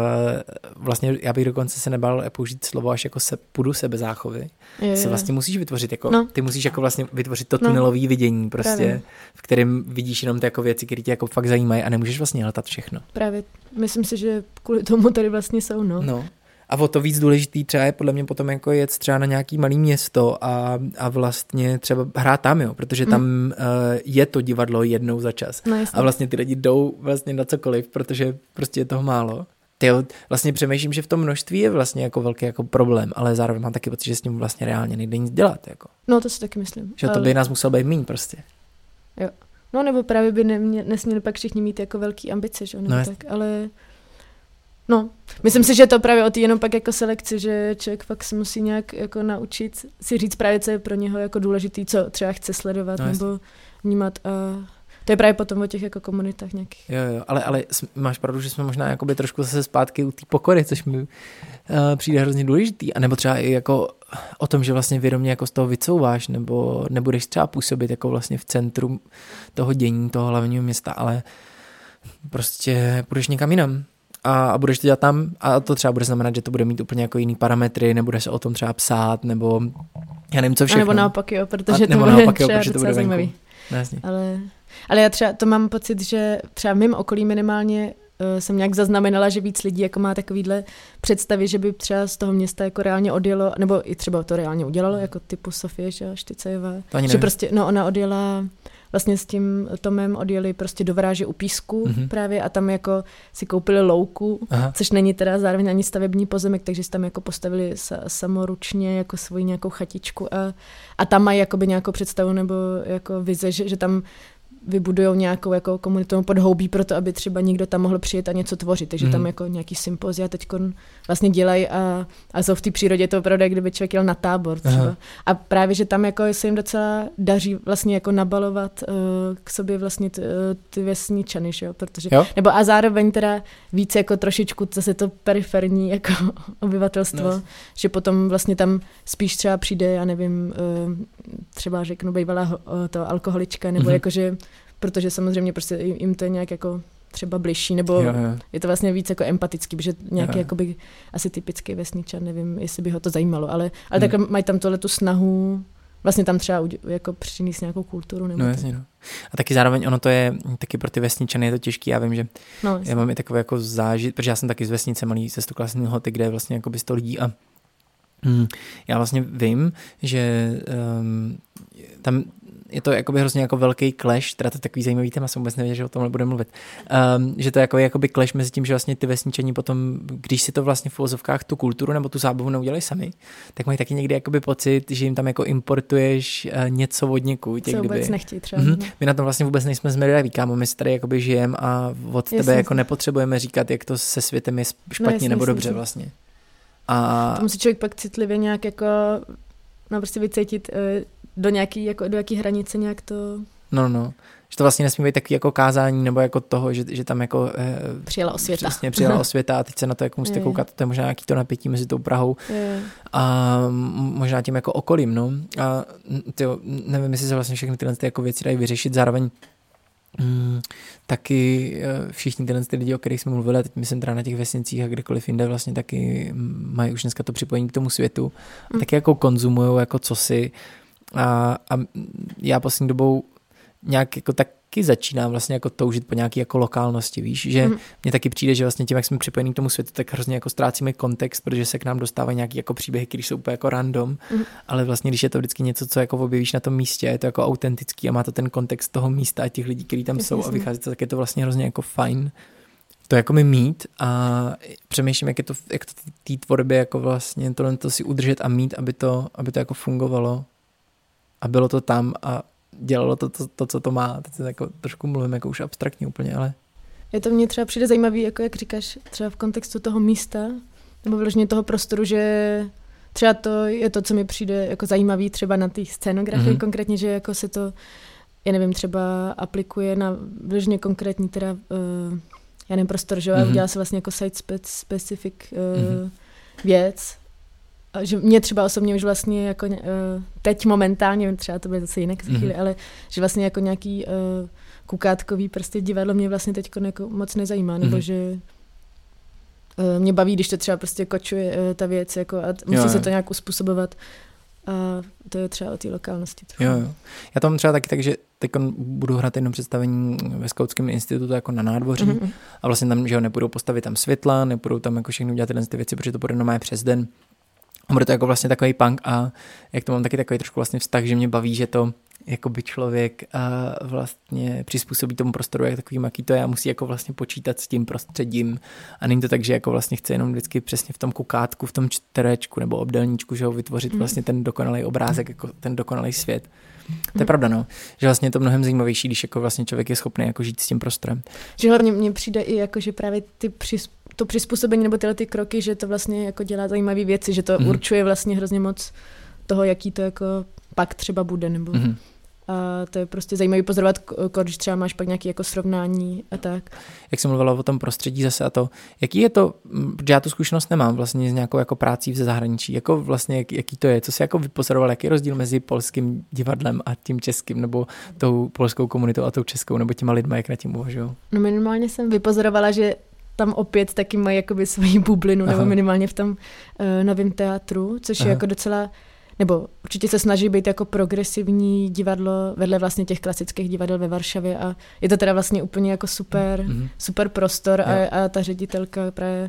vlastně já bych dokonce se nebál použít slovo až jako půdu sebezáchovy. Se vlastně musíš vytvořit jako, ty musíš jako vlastně vytvořit to tunelový vidění prostě, právě. V kterém vidíš jenom ty jako věci, které tě jako fakt zajímají a nemůžeš vlastně hledat všechno. Právě, myslím si, že kvůli tomu tady vlastně jsou, no. A o to víc důležitý třeba je podle mě potom jako jet třeba na nějaký malý město a vlastně třeba hrát tam, jo, protože tam je to divadlo jednou za čas. No, a vlastně ty lidi jdou vlastně na cokoliv, protože prostě je toho málo. Tyjo, vlastně přemýšlím, že v tom množství je vlastně jako velký jako problém, ale zároveň mám taky pocit, že s ním vlastně reálně nejde nic dělat. Jako. No to si taky myslím. Že to by nás muselo být míň prostě. Jo. No nebo právě by nesměli pak všichni mít jako velký ambice, že? Nebo tak, ale... No, myslím si, že to právě o té jenom pak jako selekci, že člověk fakt se musí nějak jako naučit si říct právě, co je pro něho jako důležitý, co třeba chce sledovat nebo vnímat a to je právě potom o těch jako komunitách nějakých. Jo, ale máš pravdu, že jsme možná jakoby trošku zase zpátky u té pokory, což mi přijde hrozně důležitý, a nebo třeba i jako o tom, že vlastně vědomě jako z toho vycouváš, nebo nebudeš třeba působit jako vlastně v centru toho dění, toho hlavního města, ale prostě půjdeš někam jinam. A budeš to dělat tam a to třeba bude znamenat, že to bude mít úplně jako jiný parametry, nebude se o tom třeba psát, nebo já nevím co všechno. A nebo naopak jo, protože to bude třeba docela zajímavý. Ale já třeba to mám pocit, že třeba v mém okolí minimálně jsem nějak zaznamenala, že víc lidí jako má takovýhle představy, že by třeba z toho města jako reálně odjelo, nebo i třeba to reálně udělalo, jako typu Sofie Štycajová. Že prostě, ona odjela vlastně s tím Tomem odjeli prostě do Vráže u Písku právě a tam jako si koupili louku, což není teda zároveň ani stavební pozemek, takže si tam jako postavili samoručně jako svoji nějakou chatičku a tam mají jakoby nějakou představu nebo jako vize, že tam vybudujou nějakou jako komunitu podhoubí pro to, aby třeba někdo tam mohl přijet a něco tvořit. Takže tam jako nějaký sympozia teď vlastně dělají a jsou v té přírodě to opravdu, kdyby člověk jel na tábor třeba. Aha. A právě, že tam jako se jim docela daří vlastně jako nabalovat k sobě vlastně ty vesničany, že jo? Protože, nebo a zároveň teda víc jako trošičku zase to periferní jako obyvatelstvo, že potom vlastně tam spíš třeba přijde, já nevím, třeba řeknu bývalá to alkoholička, nebo jakože, protože samozřejmě prostě jim to je nějak jako třeba bližší, nebo je to vlastně víc jako empatický, protože nějaký jakoby asi typický vesničan, nevím, jestli by ho to zajímalo, ale takhle mají tam tu snahu vlastně tam třeba jako přinést nějakou kulturu. Nebo jasně, no. A taky zároveň ono to je, taky pro ty vesničany je to těžký, já vím, že já mám i takové jako zážit, protože já jsem taky z vesnice malý, ze 100klasní Lhoty, kde je vlastně jako 100 lidí a já vlastně vím, že tam je to jakoby hrozně jako velký clash, teda to je takový zajímavý téma, jsem vůbec nevěděl, že o tomhle budeme mluvit, že to je jako jakoby clash mezi tím, že vlastně ty vesničani potom, když si to vlastně v uvozovkách tu kulturu nebo tu zábavu neudělají sami, tak mají taky někdy jakoby pocit, že jim tam jako importuješ něco od někud. Co vůbec nechtějí třeba. My na tom vlastně vůbec nejsme zmrdaví, kámo, my si tady jakoby žijeme a od tebe jako nepotřebujeme říkat, jak to se světem je špatně nebo dobře vlastně. A to musí člověk pak citlivě nějak jako prostě vycítit do jaký hranice nějak to... No. Že to vlastně nesmí být taky jako kázání, nebo jako toho, že tam jako... přijela osvěta. Přesně, přijela osvěta a teď se na to jako musíte koukat, to je možná nějaký to napětí mezi tou Prahou a možná tím jako okolím, no. A tyjo, nevím, jestli se vlastně všechny tyhle jako věci dají vyřešit, zároveň taky všichni tyhle lidi, o kterých jsme mluvili, teď myslím teda na těch vesnicích a kdekoliv jinde vlastně taky mají už dneska to připojení k tomu světu a taky jako konzumujou jako cosi a já poslední dobou nějak jako taky začínám vlastně jako toužit po nějaký jako lokálnosti, víš, že mně taky přijde, že vlastně tím, jak jsme připojení k tomu světu, tak hrozně jako ztrácíme kontext, protože se k nám dostávají nějaký jako příběhy, které jsou úplně jako random, ale vlastně když je to vždycky něco, co jako objevíš na tom místě, je to jako autentický a má to ten kontext toho místa a těch lidí, kteří tam jsou a vychází to, tak je to vlastně hrozně jako fajn to jako mi mít a přemýšlím, jak to té tvorbě jako vlastně to si udržet a mít, aby to jako fungovalo a bylo to tam a dělalo to, co to má. Teď se jako trošku mluvím jako už abstraktně úplně, ale... Je to mně třeba přijde zajímavý, jako jak říkáš, třeba v kontextu toho místa, nebo vyloženě toho prostoru, že třeba to je to, co mi přijde jako zajímavý třeba na té scénografii konkrétně, že jako se to, já nevím, třeba aplikuje na vyloženě konkrétní teda, já nevím, prostor, že a udělá se vlastně jako site-specific věc. A že mě třeba osobně už vlastně jako teď momentálně, třeba to bude zase jinak za chvíli, ale že vlastně jako nějaký kukátkový prostě divadlo mě vlastně teď jako moc nezajímá, nebo že mě baví, když to třeba prostě kočuje ta věc jako a musí se to nějak uspůsobovat a to je třeba o té lokálnosti. Jo. Já to mám třeba taky tak, že teď budu hrát jedno představení ve Skautském institutu jako na nádvoří a vlastně tam, že nebudou postavit tam světla, nebudou tam jako všechny udělat tyhle věci, protože to bude normálně přes den. A bude to jako vlastně takový punk a jak to mám taky takový trošku vlastně vztah, že mě baví, že to jakoby člověk vlastně přizpůsobí tomu prostoru, jak takový jaký to je a musí jako vlastně počítat s tím prostředím a není to tak, že jako vlastně chce jenom vždycky přesně v tom kukátku, v tom čtverečku nebo obdélníčku, že ho vytvořit vlastně ten dokonalý obrázek, jako ten dokonalý svět. To je pravda, no. Že vlastně je to mnohem zajímavější, když jako vlastně člověk je schopný jako žít s tím prostorem. Že hlavně mně přijde i jako, že právě to přizpůsobení nebo tyhle ty kroky, že to vlastně jako dělá zajímavé věci, že to určuje vlastně hrozně moc toho, jaký to jako pak třeba bude, nebo a to je prostě zajímavý pozorovat, když třeba máš pak nějaké jako srovnání a tak. Jak jsem mluvila o tom prostředí zase a to, jaký je to, protože já tu zkušenost nemám vlastně s nějakou jako prácí v zahraničí, jako vlastně jaký to je, co jsi jako vypozoroval, jaký je rozdíl mezi polským divadlem a tím českým, nebo tou polskou komunitou a tou českou, nebo těma lidma, jak na tím uvažujou? No minimálně jsem vypozorovala, že tam opět taky mají jakoby svoji bublinu, nebo minimálně v tom novém teatru, což je jako docela, nebo určitě se snaží být jako progresivní divadlo vedle vlastně těch klasických divadel ve Varšavě a je to teda vlastně úplně jako super prostor a ta ředitelka právě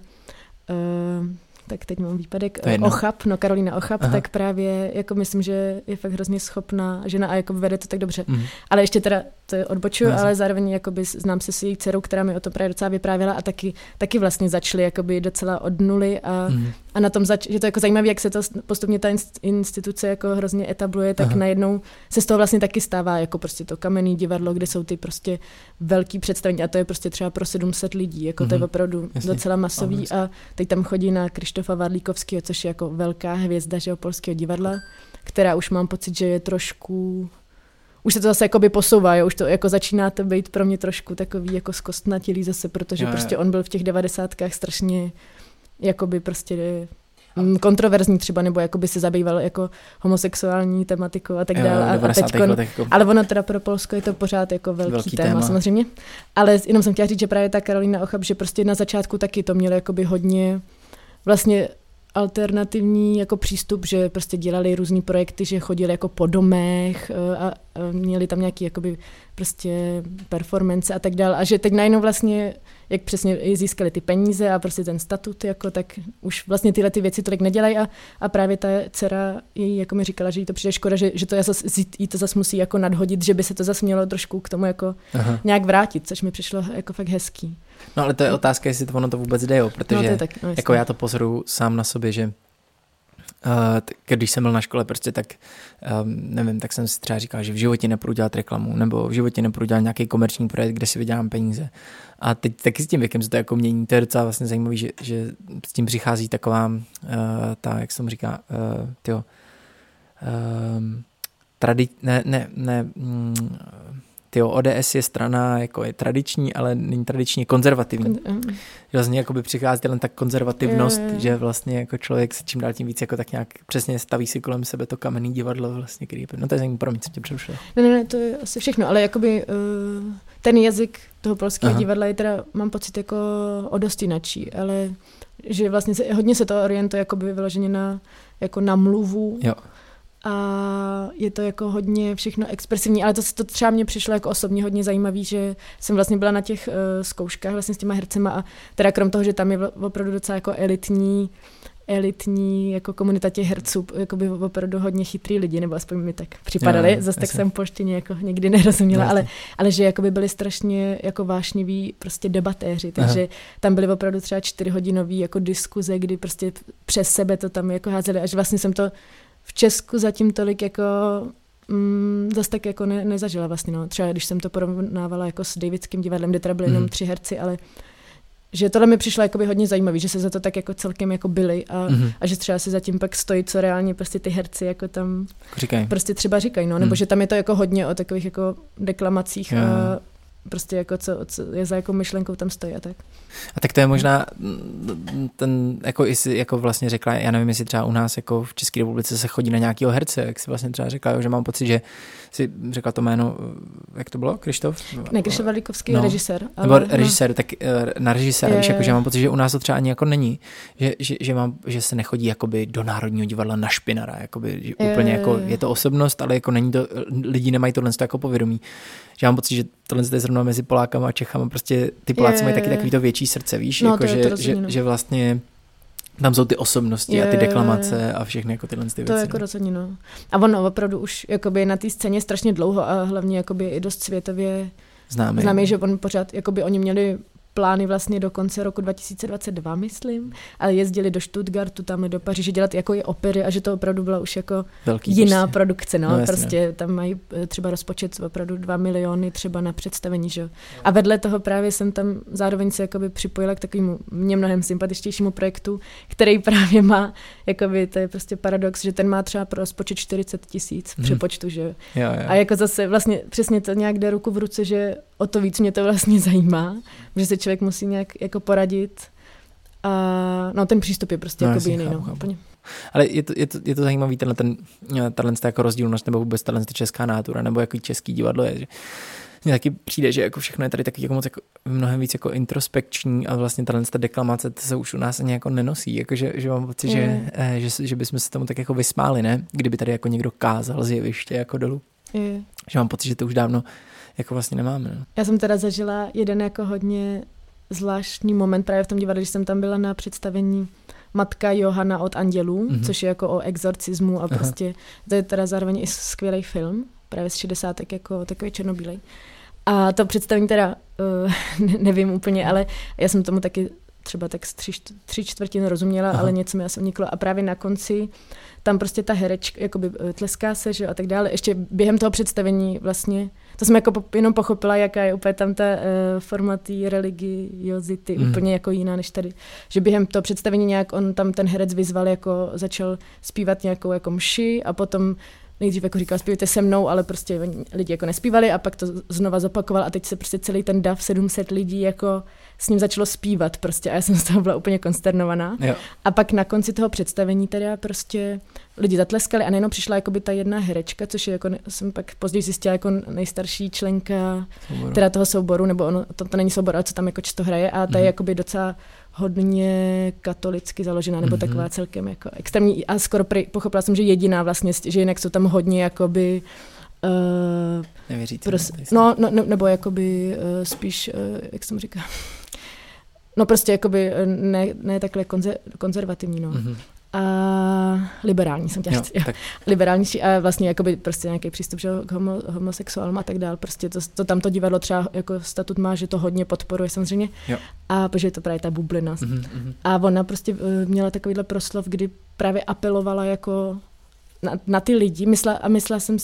tak teď mám výpadek, Ochap, Karolína Ochap, tak právě jako myslím, že je fakt hrozně schopná žena a jako vede to tak dobře. Ale ještě teda to odbočuju, ale zároveň jakoby znám se s její dcerou, která mi o tom právě docela vyprávěla a taky vlastně začaly jakoby docela od nuly a na tom je to jako zajímavé, jak se to postupně ta instituce jako hrozně etabluje, tak najednou se z toho vlastně taky stává jako prostě to kamenný divadlo, kde jsou ty prostě velký představení a to je prostě třeba pro 700 lidí, jako to je opravdu docela masový a teď tam chodí na Krištofa Varlíkovského, což je jako velká hvězda, že, polského divadla, která už mám pocit, že je trošku, už se to zase jakoby posouvá, jo? Už to jako začíná to být pro mě trošku takový jako zkostnatilý zase, protože prostě on byl v těch 90kách strašně jakoby prostě kontroverzní třeba, nebo jakoby se zabýval jako homosexuální tematikou a tak dále. Ale ono teda pro Polsko je to pořád jako velký téma samozřejmě. Ale jenom jsem chtěla říct, že právě ta Karolína Ochab, že prostě na začátku taky to mělo jakoby hodně vlastně alternativní jako přístup, že prostě dělali různý projekty, že chodili jako po domech a měli tam nějaký jakoby prostě performance a tak dále. A že teď najednou vlastně, jak přesně získali ty peníze a prostě ten statut, jako, tak už vlastně tyhle ty věci tolik nedělají a právě ta dcera její jako mi říkala, že jí to přijde škoda, že jí to zase musí jako nadhodit, že by se to zase mělo trošku k tomu jako nějak vrátit, což mi přišlo jako fakt hezký. No ale to je otázka, jestli ono to vůbec jde, jo, protože jako já to pozoruju sám na sobě, že když jsem byl na škole prostě tak, nevím, tak jsem si třeba říkal, že v životě nepůjdu dělat reklamu, nebo v životě nepůjdu dělat nějaký komerční projekt, kde si vydělám peníze. A teď taky s tím věkem se to jako mění, to je docela vlastně zajímavý, že s tím přichází taková, jak se tomu říká, ODS je strana, jako je tradiční, ale není tradičně konzervativní. Že vlastně jakoby přichází jen tak konzervativnost, že vlastně jako člověk se čím dál tím víc jako tak nějak přesně staví si kolem sebe to kamenný divadlo vlastně, který no to je zajímavý, promiň, jsem tě přerušila. Ne, to je asi všechno, ale jakoby ten jazyk toho polského divadla je teda, mám pocit, jako o dost jinačí, ale že vlastně hodně se to orientuje jakoby vyloženě na mluvu. Jo. A je to jako hodně všechno expresivní, ale to třeba mě přišlo jako osobně hodně zajímavý, že jsem vlastně byla na těch zkouškách vlastně s těma hercema a teda krom toho, že tam je opravdu docela jako elitní jako komunita těch herců, jako by opravdu hodně chytrý lidi, nebo aspoň mi tak připadali, zase tak jsem polštině jako nikdy nerozuměla, ale že jako by byli strašně jako vášniví prostě debatéři, takže tam byly opravdu třeba 4hodinový jako diskuze, kdy prostě přes sebe to tam jako házeli, až vlastně jsem to v Česku zatím tolik jako zase tak jako nezažila vlastně, no. Třeba když jsem to porovnávala jako s Davidským divadlem, kde teda byly jenom 3 herci, ale že tohle mi přišlo jakoby hodně zajímavý, že se za to tak jako celkem jako byli a že třeba si zatím pak stojí, co reálně prostě ty herci jako tam prostě třeba říkají, no, nebo že tam je to jako hodně o takových jako deklamacích a prostě jako co je za jako myšlenkou tam stojí a tak. A tak to je možná ten, jako jsi jako vlastně řekla, já nevím, jestli třeba u nás jako v České republice se chodí na nějakýho herce, jak jsi vlastně třeba řekla, že mám pocit, že jsi řekla to jméno, jak to bylo, Krištof? Ne, Krištof Varlíkovský, režisér. Nebo režisér, tak na režiséra, víš, jako, že mám pocit, že u nás to třeba ani jako není, že se nechodí jakoby do Národního divadla na Špinara, jakoby, že úplně jako je to osobnost, ale jako není to, lidi nemají tohle jako povědomí. Že mám pocit, že tohle je zrovna mezi Polákama a Čechama, prostě ty Poláci mají taky takový to větší srdce, víš, no, jako, že vlastně tam jsou ty osobnosti a ty deklamace a všechny jako tyhle věci. To je jako rozhodně, no. A ono opravdu už jakoby na té scéně strašně dlouho a hlavně jakoby i dost světově známý, že on pořád, jakoby oni měli plány vlastně do konce roku 2022, myslím, ale jezdili do Stuttgartu, tam do Paříže dělat jako i opery a že to opravdu byla už jako jiná produkce, no prostě tam mají třeba rozpočet opravdu 2 miliony třeba na představení, že? A vedle toho právě jsem tam zároveň se jakoby připojila k takovému mě mnohem sympatičtějšímu projektu, který právě má, jakoby to je prostě paradox, že ten má třeba pro rozpočet 40 000 přepočtu, že? Jo. A jako zase vlastně přesně to nějak jde ruku v ruce, že o to víc mě to vlastně zajímá, že se člověk musí nějak jako poradit a no ten přístup je prostě jako jiný. Chápu. Ale je to zajímavý tenhle jako rozdílnost nebo vůbec tahle česká nátura nebo jaký český divadlo je, že mně taky přijde, že jako všechno je tady taky jako moc jako mnohem víc jako introspekční a vlastně tahle deklamace to se už u nás ani jako nenosí, jako že mám pocit, že bychom se tomu tak jako vysmáli, ne? Kdyby tady jako někdo kázal z jeviště jako dolů. Že mám pocit, že to už dávno jako vlastně nemáme. No. Já jsem teda zažila jeden jako hodně zvláštní moment právě v tom divadle, když jsem tam byla na představení Matka Johana od andělů, což je jako o exorcismu a prostě to je teda zároveň i skvělý film, právě z 60. jako takový černobílej. A to představení teda nevím úplně, ale já jsem tomu taky třeba tak z 3/4 rozuměla, ale něco mi asi uniklo. A právě na konci tam prostě ta herečka, jakoby tleská se, že a tak dále. Ještě během toho představení vlastně, to jsem jako jenom pochopila, jaká je úplně tam ta forma té religiozity, úplně jako jiná než tady. Že během toho představení nějak on tam ten herec vyzval, jako začal zpívat nějakou jako mši a potom nejdřív jako říkal, zpívejte se mnou, ale prostě lidi jako nespívali a pak to znova zopakoval a teď se prostě celý ten dav 700 lidí jako s ním začalo zpívat prostě a já jsem z toho byla úplně konsternovaná. Jo. A pak na konci toho představení teda prostě lidi zatleskali a nejenom přišla jakoby ta jedna herečka, což je jako, jsem pak později zjistila jako nejstarší členka teda toho souboru, nebo ono, to není soubor, ale co tam jako často hraje a ta je jakoby docela hodně katolicky založená, nebo taková celkem jako extrémní a skoro pochopila jsem, že jediná vlastně, že jinak jsou tam hodně jakoby nevěřící. Nebo jakoby spíš, jak jsem říká, no prostě jakoby ne takhle konzervativní, no. A liberální jsem chtěla říct. Liberálnější a vlastně jakoby prostě nějaký přístup že, k homosexuálům a tak dál. Prostě to tamto divadlo třeba jako statut má, že to hodně podporuje samozřejmě. Jo. A protože je to právě ta bublina. A ona prostě měla takovýhle proslov, kdy právě apelovala jako na ty lidi. Myslela jsem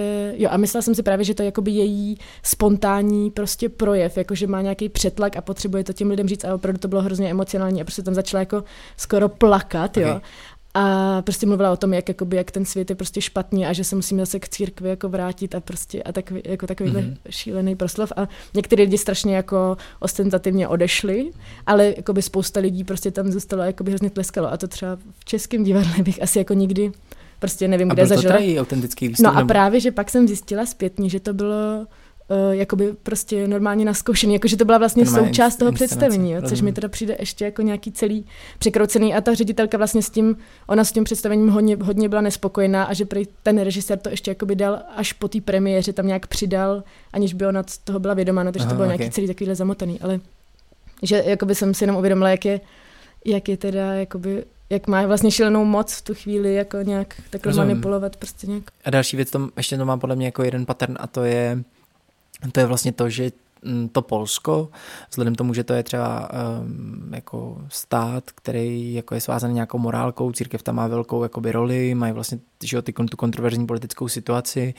si právě, že to je jakoby její spontánní prostě projev, jako že má nějaký přetlak a potřebuje to těm lidem říct a opravdu to bylo hrozně emocionální a prostě tam začala jako skoro plakat, jo. A prostě mluvila o tom, jak ten svět je prostě špatný a že se musíme zase k církvi jako vrátit a prostě a takovýhle šílený proslov a některý lidi strašně jako ostentativně odešli, ale jakoby spousta lidí prostě tam zůstalo a jakoby hrozně tleskalo a to třeba v českém divadle bych asi jako nikdy prostě nevím, kde zažila. A byl to autentický výstup? No a právě, že pak jsem zjistila zpětně, že to bylo jakoby prostě normálně naskoušený, jakože to byla vlastně součást toho představení, jo, což mi teda přijde ještě jako nějaký celý překroucený a ta ředitelka vlastně ona s tím představením hodně byla nespokojená a že ten režisér to ještě jakoby dal až po té premiéře, tam nějak přidal, aniž by ona z toho byla vědomá, no, takže to bylo nějaký celý takovýhle zamotaný, ale že jakoby jsem si jenom uvědomila, jak je teda jakoby jak má vlastně šílenou moc v tu chvíli jako nějak takhle manipulovat prostě nějak. A další věc, ještě to má podle mě jako jeden pattern a to je vlastně to, že to Polsko, vzhledem tomu, že to je třeba jako stát, který jako je svázaný nějakou morálkou, církev tam má velkou jakoby roli, mají vlastně tu kontroverzní politickou situaci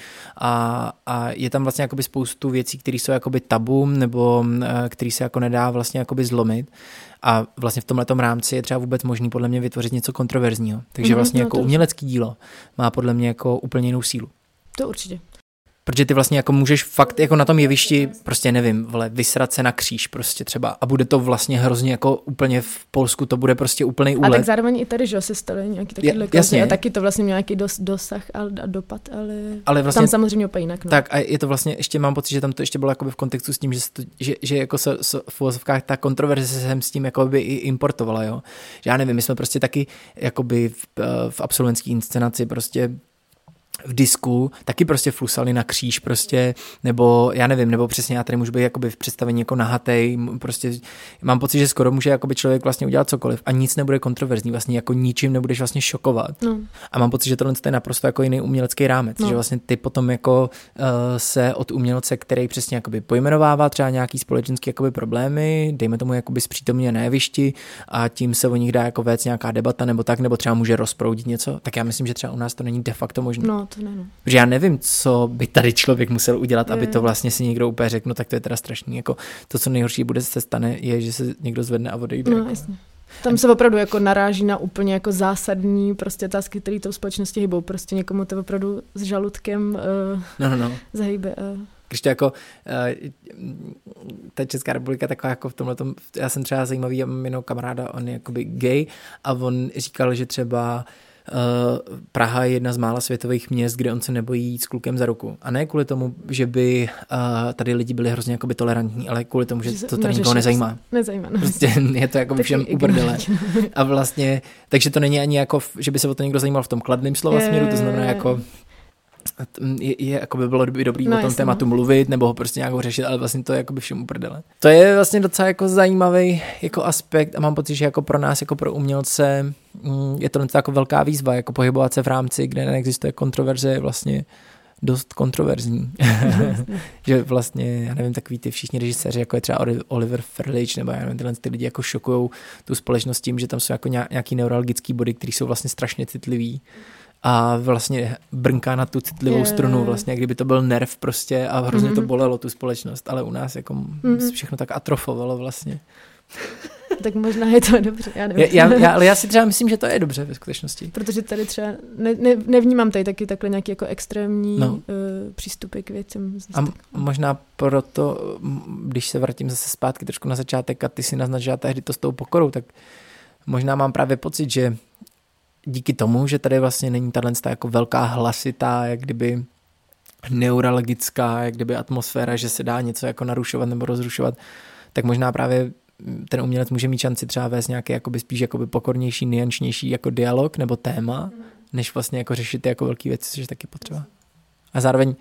a je tam vlastně jakoby spoustu věcí, které jsou jakoby tabu nebo který se jako nedá vlastně jakoby zlomit a vlastně v tomhletom rámci je třeba vůbec možný podle mě vytvořit něco kontroverzního. Takže vlastně jako umělecký dílo má podle mě jako úplně jinou sílu. To určitě. Protože ty vlastně jako můžeš fakt jako na tom jevišti, prostě nevím, vysrat se na kříž prostě třeba a bude to vlastně hrozně jako úplně v Polsku, to bude prostě úplný úlet. A tak zároveň i tady, že se staly nějaký takovýhle kauzy a taky to vlastně měl nějaký dosah a dopad, ale vlastně, tam samozřejmě úplně jinak. No. Tak a je to vlastně, ještě mám pocit, že tam to ještě bylo jakoby v kontextu s tím, že jako v uvozovkách ta kontroverze se s tím jakoby i importovala, jo. Že já nevím, my jsme prostě taky jakoby v absolventské inscenaci prostě v disku taky prostě flusali na kříž prostě, nebo já nevím, nebo přesně já tady můžu být jakoby v představení jako nahatej, prostě mám pocit, že skoro může jakoby člověk vlastně udělat cokoliv a nic nebude kontroverzní, vlastně jako ničím nebudeš vlastně šokovat. No. A mám pocit, že tohle je naprosto jako jiný umělecký rámec, že vlastně ty potom jako se od umělce, který přesně jakoby pojmenovává třeba nějaký společenský jakoby problémy, dejme tomu jakoby zpřítomně na jevišti a tím se o nich dá jako vést nějaká debata nebo tak, nebo třeba může rozproudit něco, tak já myslím, že třeba u nás to není de facto možné. No, to ne. Protože já nevím, co by tady člověk musel udělat, aby to vlastně si někdo úplně řekl, no tak to je teda strašný. Jako to, co nejhorší se stane, je, že se někdo zvedne a odejde. No, jasně. Tam se opravdu jako naráží na úplně jako zásadní prostě otázky, které tou společnosti hýbou. Prostě někomu to opravdu s žaludkem zahýbe. Když to jako ta Česká republika taková jako v tomhletom, já jsem třeba zajímavý, já mám jenom kamaráda, on je jakoby gay a on říkal, že třeba Praha je jedna z mála světových měst, kde on se nebojí jít s klukem za ruku. A ne kvůli tomu, že by tady lidi byli hrozně jakoby tolerantní, ale kvůli tomu, že to tady nikoho nezajímá. No. Prostě je to jako všem uprdele. A vlastně, takže to není ani jako, že by se o to někdo zajímal v tom kladném slova směru, to znamená jako jako by bylo dobrý o tom tématu mluvit nebo ho prostě nějakou řešit, ale vlastně to je jako by všem uprdele. To je vlastně docela jako zajímavý jako aspekt a mám pocit, že jako pro nás, jako pro umělce je to jako velká výzva, jako pohybovat se v rámci, kde neexistuje kontroverze, je vlastně dost kontroverzní. Že vlastně, já nevím, takový ty všichni režiséři, jako je třeba Oliver Frlich, nebo já nevím, tyhle ty lidi jako šokujou tu společnost tím, že tam jsou jako nějaký neurologický body, které jsou vlastně strašně citlivý a vlastně brnká na tu citlivou strunu, vlastně, jak kdyby to byl nerv prostě a hrozně to bolelo tu společnost, ale u nás jako všechno tak atrofovalo vlastně. Tak možná je to dobře, já nevím. Ale já si třeba myslím, že to je dobře ve skutečnosti. Protože tady třeba nevnímám tady taky takhle nějaký jako extrémní přístupy k věcem. A možná proto, když se vrátím zase zpátky trošku na začátek a ty si naznačila tehdy to s tou pokorou, tak možná mám právě pocit, že díky tomu, že tady vlastně není tato jako velká hlasitá, jak kdyby neurologická, jak kdyby atmosféra, že se dá něco jako narušovat nebo rozrušovat, tak možná právě ten umělec může mít šanci třeba vést nějaký jakoby spíš jakoby pokornější, nuančnější jako dialog nebo téma, než vlastně jako řešit ty jako velké věci, což je taky potřeba. A zároveň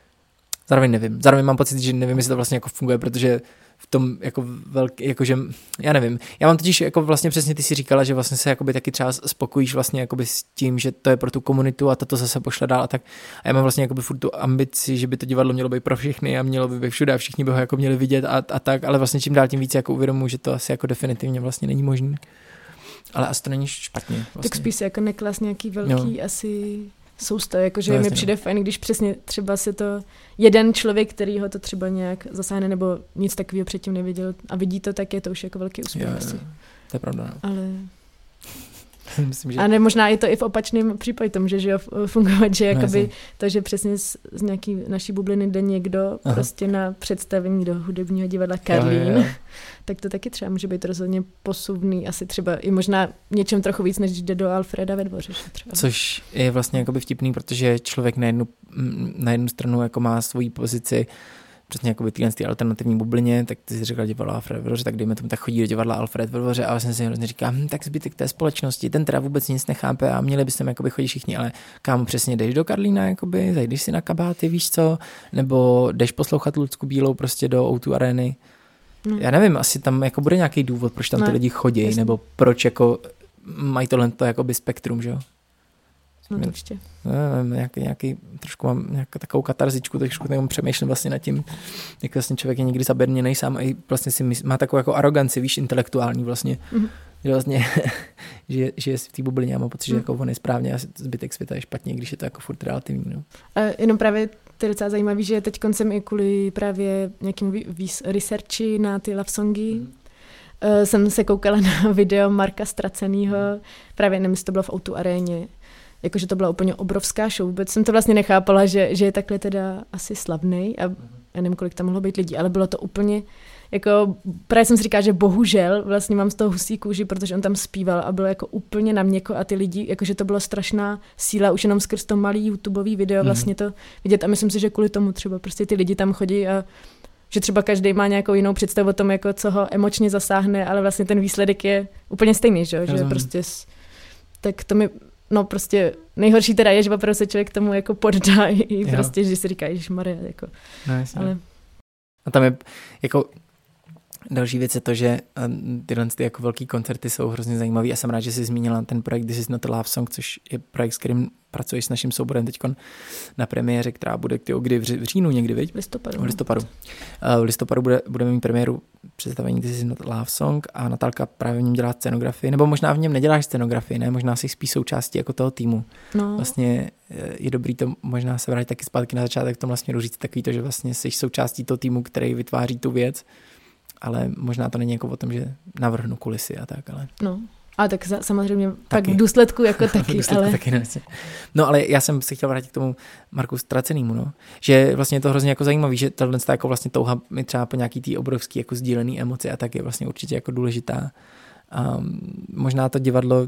nevím. Zároveň mám pocit, že nevím, jestli to vlastně jako funguje, protože v tom jako velký, jakože, já nevím. Já mám totiž jako vlastně přesně ty si říkala, že vlastně se jakoby taky třeba spokojíš vlastně jakoby s tím, že to je pro tu komunitu a to zase pošle dál a tak. A já mám vlastně jakoby furt tu ambici, že by to divadlo mělo být pro všechny a mělo by být všude a všichni by ho jako měli vidět a tak, ale vlastně čím dál tím víc jako uvědomuji, že to asi jako definitivně vlastně není možné. Ale asi to není špatně. Vlastně. Tak spíš jako neklas nějaký velký asi soustav, jakože mi přijde fajn, když přesně třeba se to jeden člověk, který ho to třeba nějak zasáhne nebo nic takového předtím neviděl a vidí to, tak je to už jako velký úspěch. To je pravda. No. Ale myslím, že... A ne, možná je to i v opačném případě, to může fungovat, že jakoby to, že přesně z nějaký naší bubliny jde někdo prostě na představení do hudebního divadla Karlín, tak to taky třeba může být rozhodně posuvný, asi třeba i možná něčem trochu víc, než jde do Alfreda ve Dvoře. Třeba. Což je vlastně jakoby vtipný, protože člověk na jednu stranu jako má svoji pozici přesně jakoby té alternativní bublině, tak ty jsi říkal divadlo Alfred ve Dvoře, tak dejme tomu, tak chodí do divadla Alfred ve Dvoře a vlastně si hrozně říká, tak zbytek té společnosti, ten teda vůbec nic nechápe a měli byste jakoby chodit všichni, ale kámo, přesně jdeš do Karlína, jakoby, zajdeš si na kabáty, víš co, nebo jdeš poslouchat Lucku Bílou prostě do O2 Areny. Já nevím, asi tam jako bude nějaký důvod, proč tam ty lidi chodí, nebo proč jako mají tohle jakoby spektrum, že jo? No to určitě. Nějaký, trošku mám nějakou takovou katarzičku, trošku přemýšlím vlastně nad tím, jak vlastně člověk je někdy zaberněnej sám a vlastně si má takovou jako aroganci, víš, intelektuální vlastně, že vlastně žije v té bublině a mám pocit, že jako on je správně a zbytek světa je špatně, když je to jako furt relativní. No. A jenom právě to je docela zajímavý, že teď koncem i kvůli právě nějakému researchi na ty love songy, jsem se koukala na video Marka Ztracenýho, právě nevím, jestli to bylo v O2 Aréně, jakože to byla úplně obrovská show, vůbec jsem to vlastně nechápala, že je takhle teda asi slavnej a já nevím, kolik tam mohlo být lidí, ale bylo to úplně, jako právě jsem si říkala, že bohužel vlastně mám z toho husí kůži, protože on tam zpíval a bylo jako úplně na měko a ty lidi, jakože to byla strašná síla, už jenom skrz to malý YouTubeový video vlastně to vidět a myslím si, že kvůli tomu třeba prostě ty lidi tam chodí a že třeba každý má nějakou jinou představu o tom, jako co ho emočně zasáhne, ale vlastně ten výsledek je úplně stejný, že prostě tak to mi prostě nejhorší teda je, že opravdu se člověk tomu jako poddá i prostě, že si říká, ježišmarja, jako. No, ale... A tam je jako další věc je to, že tyhle ty jako velký koncerty jsou hrozně zajímavý a jsem rád, že jsi zmínila ten projekt This is not a love song, což je projekt, s kterým pracuješ s naším souborem teď na premiéře, která bude kdy v říjnu někdy, viď? V listopadu. V listopadu budeme mít premiéru představení This is not a love song a Natálka právě v něm dělá scenografii, nebo možná v něm neděláš scenografii, ne? Možná jsi spíš součástí jako toho týmu. No. Vlastně je dobrý to možná se vrátit taky zpátky na začátek v tom vlastně říct takový to, že vlastně jsi součástí toho týmu, který vytváří tu věc. Ale možná to není jako o tom, že navrhnu kulisy a tak, ale... No, a tak samozřejmě tak v důsledku jako taky, ale... Taky no, ale já jsem se chtěl vrátit k tomu Marku Ztracenýmu, no. Že vlastně je to hrozně jako zajímavý, že tahle jako vlastně touha mi třeba po nějaký tý obrovský jako sdílený emoci a tak je vlastně určitě jako důležitá. A možná to divadlo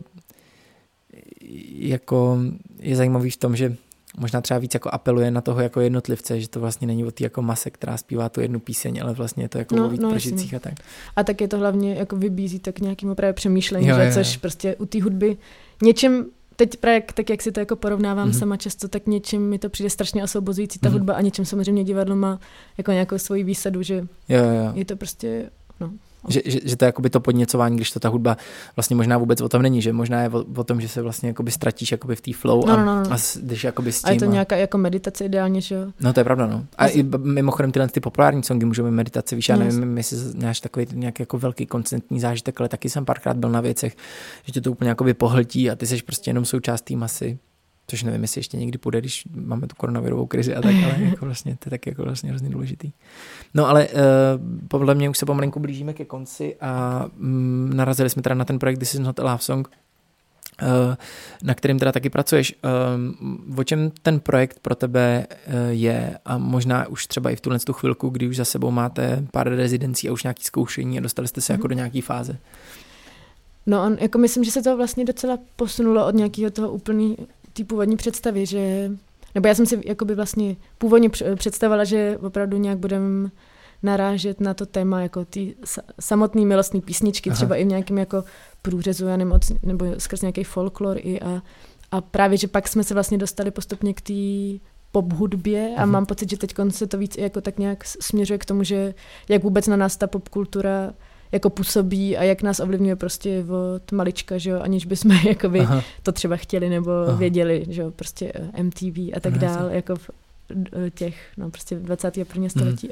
jako je zajímavý v tom, že možná třeba víc jako apeluje na toho jako jednotlivce, že to vlastně není o té jako mase, která zpívá tu jednu píseň, ale vlastně je to jako o víc prožitcích a tak. A tak je to hlavně jako vybízí tak nějakým právě přemýšlení, že což prostě u té hudby něčem, teď právě tak, jak si to jako porovnávám sama často, tak něčem mi to přijde strašně osvobozující ta hudba a něčem samozřejmě divadlo má jako nějakou svoji výsadu, že je to prostě, Že to je jakoby to podněcování, když to ta hudba vlastně možná vůbec o tom není, že možná je o tom, že se vlastně jakoby ztratíš jakoby v té flow a jdeš jakoby s tím. A je to nějaká jako meditace ideálně, že jo? No to je pravda, no. A i mimochodem tyhle ty populární songy můžou být meditace, víš, já nevím, jestli máš takový nějaký jako velký konstantní zážitek, ale taky jsem párkrát byl na věcech, že tě to úplně jakoby pohltí a ty seš prostě jenom součást té masy. Což nevím, jestli ještě někdy půjde, když máme tu koronavirovou krizi a tak, ale jako vlastně, to je taky jako vlastně hrozně důležitý. No ale podle mě už se pomalinku blížíme ke konci a narazili jsme teda na ten projekt This is not a love song, na kterým teda taky pracuješ. O čem ten projekt pro tebe je a možná už třeba i v tuhle chvilku, kdy už za sebou máte pár rezidencí a už nějaký zkoušení a dostali jste se jako do nějaký fáze? No jako myslím, že se to vlastně docela posunulo od nějakého toho úplný té původní představy, že, nebo já jsem si jakoby vlastně původně představila, že opravdu nějak budeme narážet na to téma jako ty samotné milostné písničky, třeba i v nějakém jako průřezu, nebo skrz nějaký folklor i a právě, že pak jsme se vlastně dostali postupně k té pop hudbě a mám pocit, že teď se to víc jako tak nějak směřuje k tomu, že jak vůbec na nás ta popkultura jako působí a jak nás ovlivňuje prostě od malička, že jo, aniž bychom jakoby to třeba chtěli nebo věděli, že jo, prostě MTV a tak dál, jako v těch, no prostě 21. století.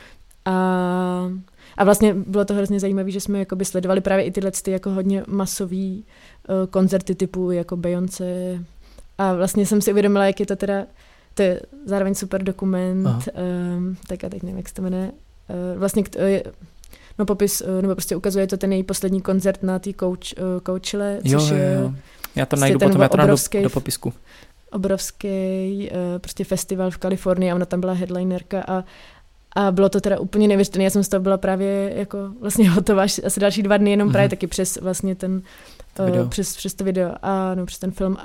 A vlastně bylo to hrozně zajímavé, že jsme jakoby sledovali právě i tyhle jako hodně masový koncerty typu jako Beyoncé a vlastně jsem si uvědomila, jak je to teda, to je zároveň super dokument, tak a teď nevím, jak se to jmenuje, vlastně no popis, nebo prostě ukazuje to ten její poslední koncert na té Coachelle, což je... Já to najdu potom, já to dám do popisku. Obrovský prostě festival v Kalifornii a ona tam byla headlinerka a bylo to teda úplně neuvěřitelné. Já jsem z toho byla právě jako vlastně hotová asi další 2 dny, jenom právě taky přes vlastně ten přes to video a no, přes ten film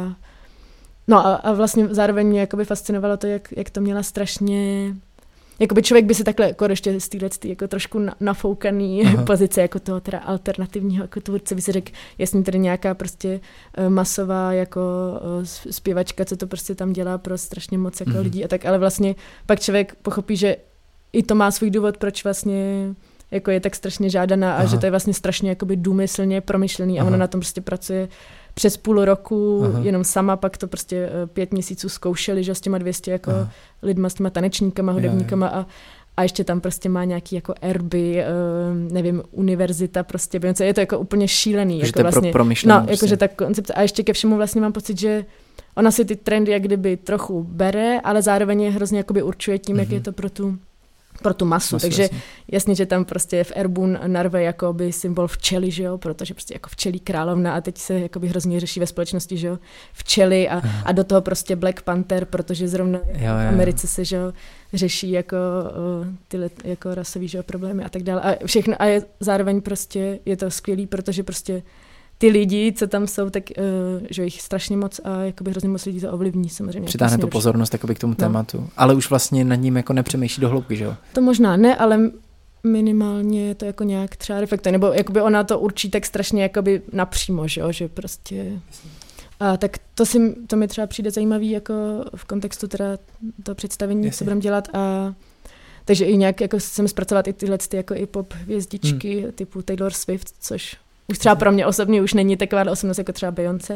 a vlastně zároveň mě jakoby fascinovalo to, jak to měla strašně. Jakoby člověk by si takhle jako ještě z téhle jako trošku nafoukaný pozice jako toho teda alternativního jako tvůrce by si řekl, jasně tady nějaká prostě masová jako zpěvačka, co to prostě tam dělá pro strašně moc jako lidí a tak, ale vlastně pak člověk pochopí, že i to má svůj důvod, proč vlastně jako je tak strašně žádaná a že to je vlastně strašně jakoby důmyslně promyšlený a ona na tom prostě pracuje přes půl roku jenom sama, pak to prostě 5 měsíců zkoušeli, že s těma 200 jako lidma, s těma tanečníkama, hudebníkama a ještě tam prostě má nějaký jako erby, nevím, univerzita prostě, je to jako úplně šílený. Že jako to je vlastně, promyšlený. No, jakože ta koncepce. A ještě ke všemu vlastně mám pocit, že ona si ty trendy jak kdyby trochu bere, ale zároveň je hrozně jakoby určuje tím, jak je to pro tu masu, takže jasně, že tam prostě v erbu narve jakoby symbol včely, že jo, protože prostě jako včelí královna a teď se jakoby hrozně řeší ve společnosti, že jo, včely a do toho prostě Black Panther, protože zrovna v Americe se, že jo, řeší jako tyhle jako rasový, že jo, problémy a tak dále a všechno a je zároveň prostě je to skvělý, protože prostě ty lidi, co tam jsou, tak že jich strašně moc a jakoby hrozně moc lidí to ovlivní samozřejmě. Přitáhne to pozornost jakoby k tomu tématu, ale už vlastně nad ním jako nepřemýšlí do hloubky, že jo? To možná ne, ale minimálně to jako nějak třeba reflektuje, nebo jakoby ona to určí tak strašně jakoby napřímo, že jo, že prostě... A tak to mi třeba přijde zajímavý jako v kontextu teda toho představení, co budeme dělat a takže i nějak jako chceme zpracovat i tyhle jako i pop hvězdičky typu Taylor Swift, což už třeba pro mě osobně už není taková osobnost jako třeba Beyoncé.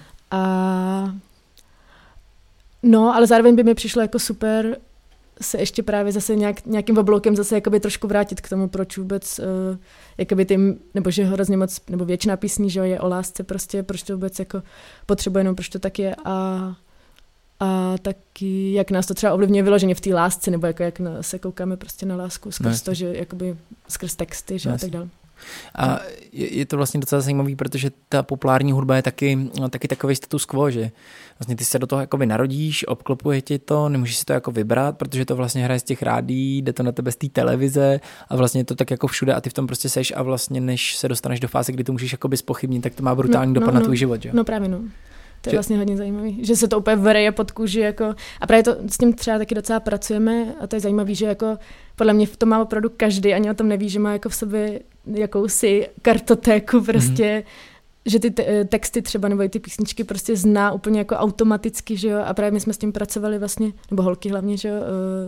No, ale zároveň by mi přišlo jako super se ještě právě zase nějakým obloukem zase jakoby trošku vrátit k tomu, proč vůbec jakoby nebo že hrozně moc, nebo většina písní, že je o lásce prostě, proč to vůbec jako potřebuje, no proč to tak je a taky jak nás to třeba ovlivňuje vyloženě v té lásce, nebo jako jak se koukáme prostě na lásku skrz to, že jakoby skrz texty, že a tak dále. A je to vlastně docela zajímavý, protože ta populární hudba je taky takový status quo, že vlastně ty se do toho jakoby narodíš, obklopuje ti to, nemůžeš si to jako vybrat, protože to vlastně hraje z těch rádií, jde to na tebe z té televize a vlastně je to tak jako všude a ty v tom prostě seš a vlastně než se dostaneš do fáze, kdy to můžeš jakoby zpochybnit, tak to má brutální dopad na tvůj život, že? No právě no. To je vlastně hodně zajímavý, že se to úplně vereje pod kůži jako, a právě to s tím třeba taky docela pracujeme a to je zajímavý, že jako podle mě v tom má opravdu každý, ani o tom neví, že má jako v sobě jakousi kartotéku prostě, že ty texty třeba nebo i ty písničky prostě zná úplně jako automaticky, že jo, a právě my jsme s tím pracovali vlastně, nebo holky hlavně, že jo,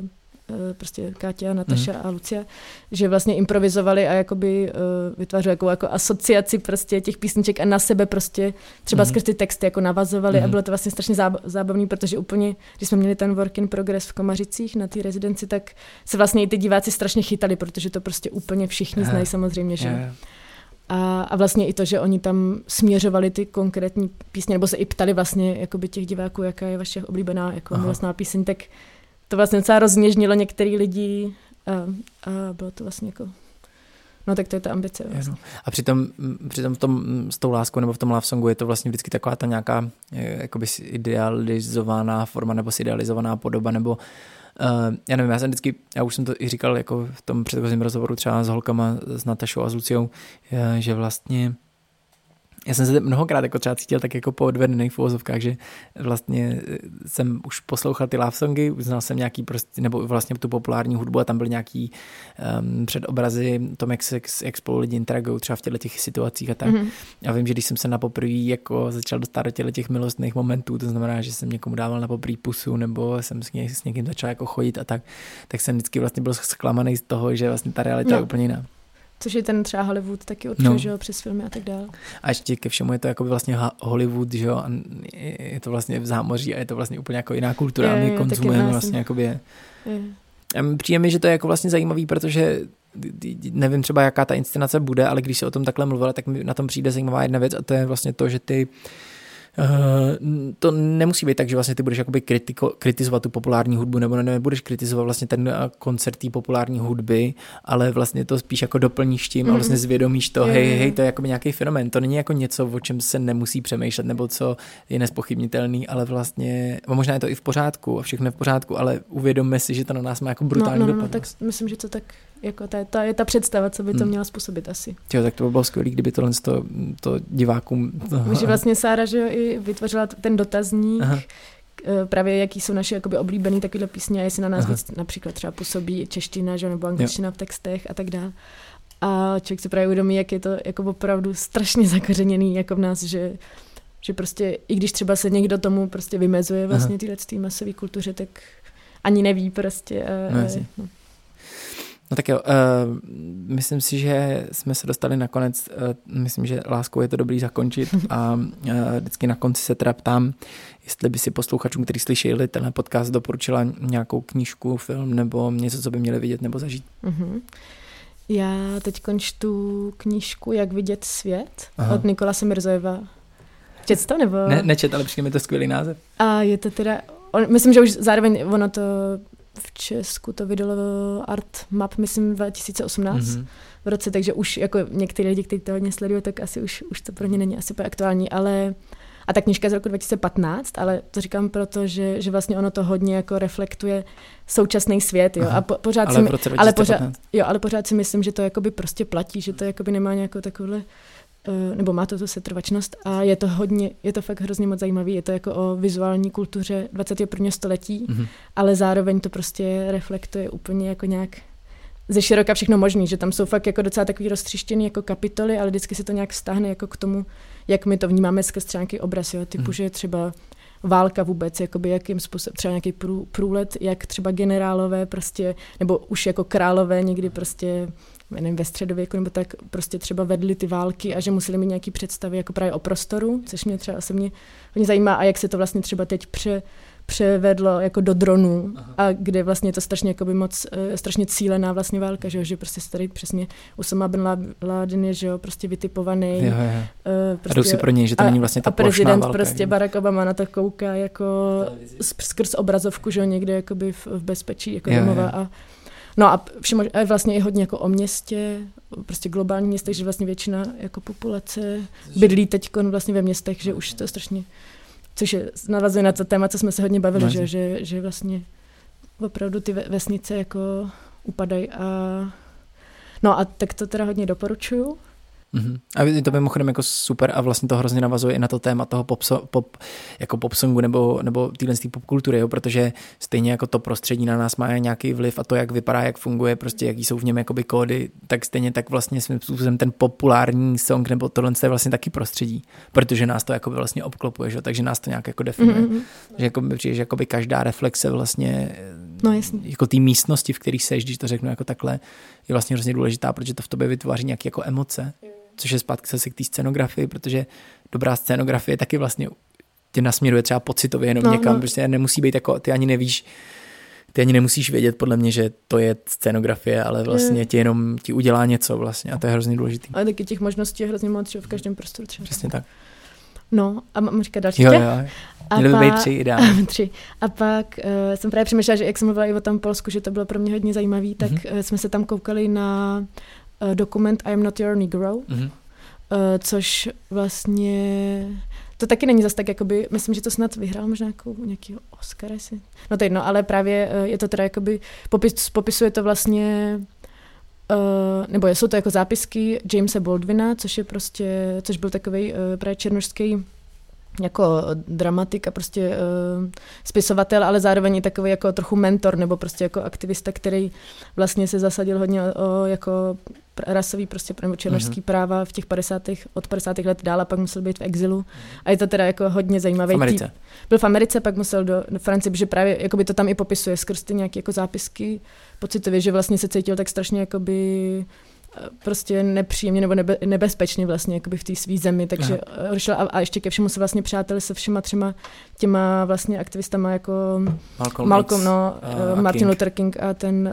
prostě Káťa, Nataša a Lucia, že vlastně improvizovali a jakoby vytvářeli jako asociaci prostě těch písniček a na sebe prostě třeba skrz ty texty jako navazovali a bylo to vlastně strašně zábavný, protože úplně, když jsme měli ten work in progress v Komařicích na té rezidenci, tak se vlastně i ty diváci strašně chytali, protože to prostě úplně všichni znají samozřejmě, že a vlastně i to, že oni tam směřovali ty konkrétní písně, nebo se i ptali vlastně jakoby těch diváků, jaká je vaše oblíbená jako milostná píseň, tak to vlastně docela rozněžnilo některý lidi a bylo to vlastně jako, no tak to je ta ambice. Vlastně. A přitom v tom, s tou láskou nebo v tom love songu je to vlastně vždycky taková ta nějaká jakoby idealizovaná forma nebo idealizovaná podoba, nebo já nevím, já už jsem to i říkal jako v tom předchozím rozhovoru třeba s holkama, s Natašou a s Luciou, že vlastně já jsem se mnohokrát jako třeba cítil tak jako poodvedený v uvozovkách, že vlastně jsem už poslouchal ty love songy, znal jsem nějaký prostě, nebo vlastně tu populární hudbu a tam byly nějaký předobrazy tom, jak spolu lidi interagují třeba v těch situacích a tak. Já vím, že když jsem se na poprvé jako začal dostat do těch milostných momentů, to znamená, že jsem někomu dával na poprvé pusu, nebo jsem s někým začal jako chodit a tak jsem vždycky vlastně byl zklamaný z toho, že vlastně ta realita je úplně jiná. Což je ten třeba Hollywood taky určitě, že jo, přes filmy a tak dále. A ještě ke všemu je to jako vlastně Hollywood, že jo, a je to vlastně v zámoří a je to vlastně úplně jako jiná kultura, my konzumujeme vlastně jakoby. Přijde mi, že to je jako vlastně zajímavý, protože nevím třeba, jaká ta inscenace bude, ale když se o tom takhle mluvila, tak mi na tom přijde zajímavá jedna věc a to je vlastně to, že ty to nemusí být tak, že vlastně ty budeš jakoby kritizovat tu populární hudbu, nebo nebudeš kritizovat vlastně ten koncert té populární hudby, ale vlastně to spíš jako doplníš tím a vlastně zvědomíš to, hej, to je jakoby nějaký fenomén, to není jako něco, o čem se nemusí přemýšlet, nebo co je nespochybnitelný, ale vlastně, možná je to i v pořádku a všechno je v pořádku, ale uvědomme si, že to na nás má jako brutální dopad. No, tak myslím, že to tak jako ta je ta představa, co by to měla způsobit asi. Jo, tak to by bylo skvělý, kdyby to divákům... Že vlastně Sára, že jo, i vytvořila ten dotazník, právě jaký jsou naše jakoby oblíbený takovýhle písně a jestli na nás víc například třeba působí čeština, že, nebo angličtina v textech a tak dále. A člověk se právě uvědomí, jak je to jako opravdu strašně zakořeněný jako v nás, že prostě i když třeba se někdo tomu prostě vymezuje vlastně této masové kultuře, tak ani neví prostě. No tak jo, myslím si, že jsme se dostali na konec, myslím, že láskou je to dobrý zakončit a vždycky na konci se teda ptám, jestli by si posluchačům, kteří slyšeli tenhle podcast, doporučila nějakou knížku, film nebo něco, co by měli vidět nebo zažít. Já teď čtu knížku Jak vidět svět od Nikolase Mirzojeva. Čet to nebo? Nečet, ale přijde mi to skvělý název. A je to teda, myslím, že už zároveň ono to v Česku to vydalo Art Map, myslím 2018 v roce, takže už jako některý lidi, kteří to hodně sledují, tak asi už to pro ně není asi úplně aktuální, ale a ta knížka z roku 2015, ale to říkám proto, že vlastně ono to hodně jako reflektuje současný svět, jo, a pořád ale v roce 2015. ale pořád si myslím, že to jakoby prostě platí, že to jakoby nemá nějakou takovouhle nebo má to tu setrvačnost a je to fakt hrozně moc zajímavý, je to jako o vizuální kultuře 21. století, ale zároveň to prostě reflektuje úplně jako nějak ze široka všechno možný, že tam jsou fakt jako docela takový roztříštěný jako kapitoly, ale vždycky se to nějak vztáhne jako k tomu, jak my to vnímáme skrz třeba nějaký obraz, jo, typu, že třeba válka vůbec, jakoby jakým způsobem, třeba nějaký průlet, jak třeba generálové prostě, nebo už jako králové někdy prostě, nevím, ve středověku, nebo tak prostě třeba vedli ty války a že museli mít nějaký představy jako právě o prostoru, což mě třeba osobně hodně zajímá a jak se to vlastně třeba teď převedlo jako do dronů a kde vlastně je to strašně jakoby moc strašně cílená vlastně válka, že prostě se tady přesně Usama bin Laden je, že jo, prostě vytipovaný. Prostě, a jdou si pro něj, že to není vlastně ta plošná válka. A prezident prostě Barack Obama na to kouká jako skrz obrazovku, že jo, někde jakoby v bezpečí jako domova a no a vlastně je hodně jako o městě, prostě globální městech, že vlastně většina jako populace bydlí teď vlastně ve městech, že už to je strašně, což je navazuje na to téma, co jsme se hodně bavili, že vlastně opravdu ty vesnice jako upadají no a tak to teda hodně doporučuju. A je to mimochodem jako super a vlastně to hrozně navazuje i na to téma toho pop songu nebo téhle popkultury, jo, protože stejně jako to prostředí na nás má nějaký vliv a to, jak vypadá, jak funguje, prostě jaký jsou v něm jakoby kódy, tak stejně tak vlastně svým způsobem ten populární song nebo tohle je vlastně taky prostředí, protože nás to jakoby vlastně obklopuje, že? Takže nás to nějak jako definuje. Že jakoby přijde, že jakoby každá reflexe vlastně No jasně. jako té místnosti, v které seš, když to řeknu jako takhle, je vlastně hrozně důležitá, protože to v tobě vytváří nějaké jako emoce, což je zpátky zase k té scenografii, protože dobrá scenografie taky vlastně tě nasměruje třeba pocitově jenom někam, prostě nemusí být jako, ty ani nemusíš vědět podle mě, že to je scenografie, ale vlastně ti udělá něco vlastně a to je hrozně důležitý. Ale taky těch možností je hrozně moc, v každém prostoru třeba. Přesně tak. No a mám říkat další Jo. Měly by být 3 ideálně. 3. A pak jsem právě přemýšlela, že jak jsem mluvila i o tom Polsku, že to bylo pro mě hodně zajímavý, tak jsme se tam koukali na dokument I am not your Negro, což vlastně... To taky není zas tak, jakoby, myslím, že to snad vyhrál možná nějakýho Oscara. No to jedno, ale právě je to teda jakoby, popisuje to vlastně, nebo jsou to jako zápisky Jamesa Baldwina, což byl takovej právě černošský jako dramatik a prostě spisovatel, ale zároveň i takový jako trochu mentor, nebo prostě jako aktivista, který vlastně se zasadil hodně o jako rasový prostě, nebo černošský práva v těch od 50. let dál a pak musel být v exilu. A je to teda jako hodně zajímavý. Byl v Americe, pak musel do Francie, protože právě jakoby to tam i popisuje skrz ty nějaké jako zápisky pocitově, že vlastně se cítil tak strašně jakoby prostě nepříjemně nebo nebezpečně vlastně jakoby v té svý zemi, takže šel a ještě ke všemu se vlastně přátelé se všema 3 těma vlastně aktivistama jako Malcolm Martin Luther King a ten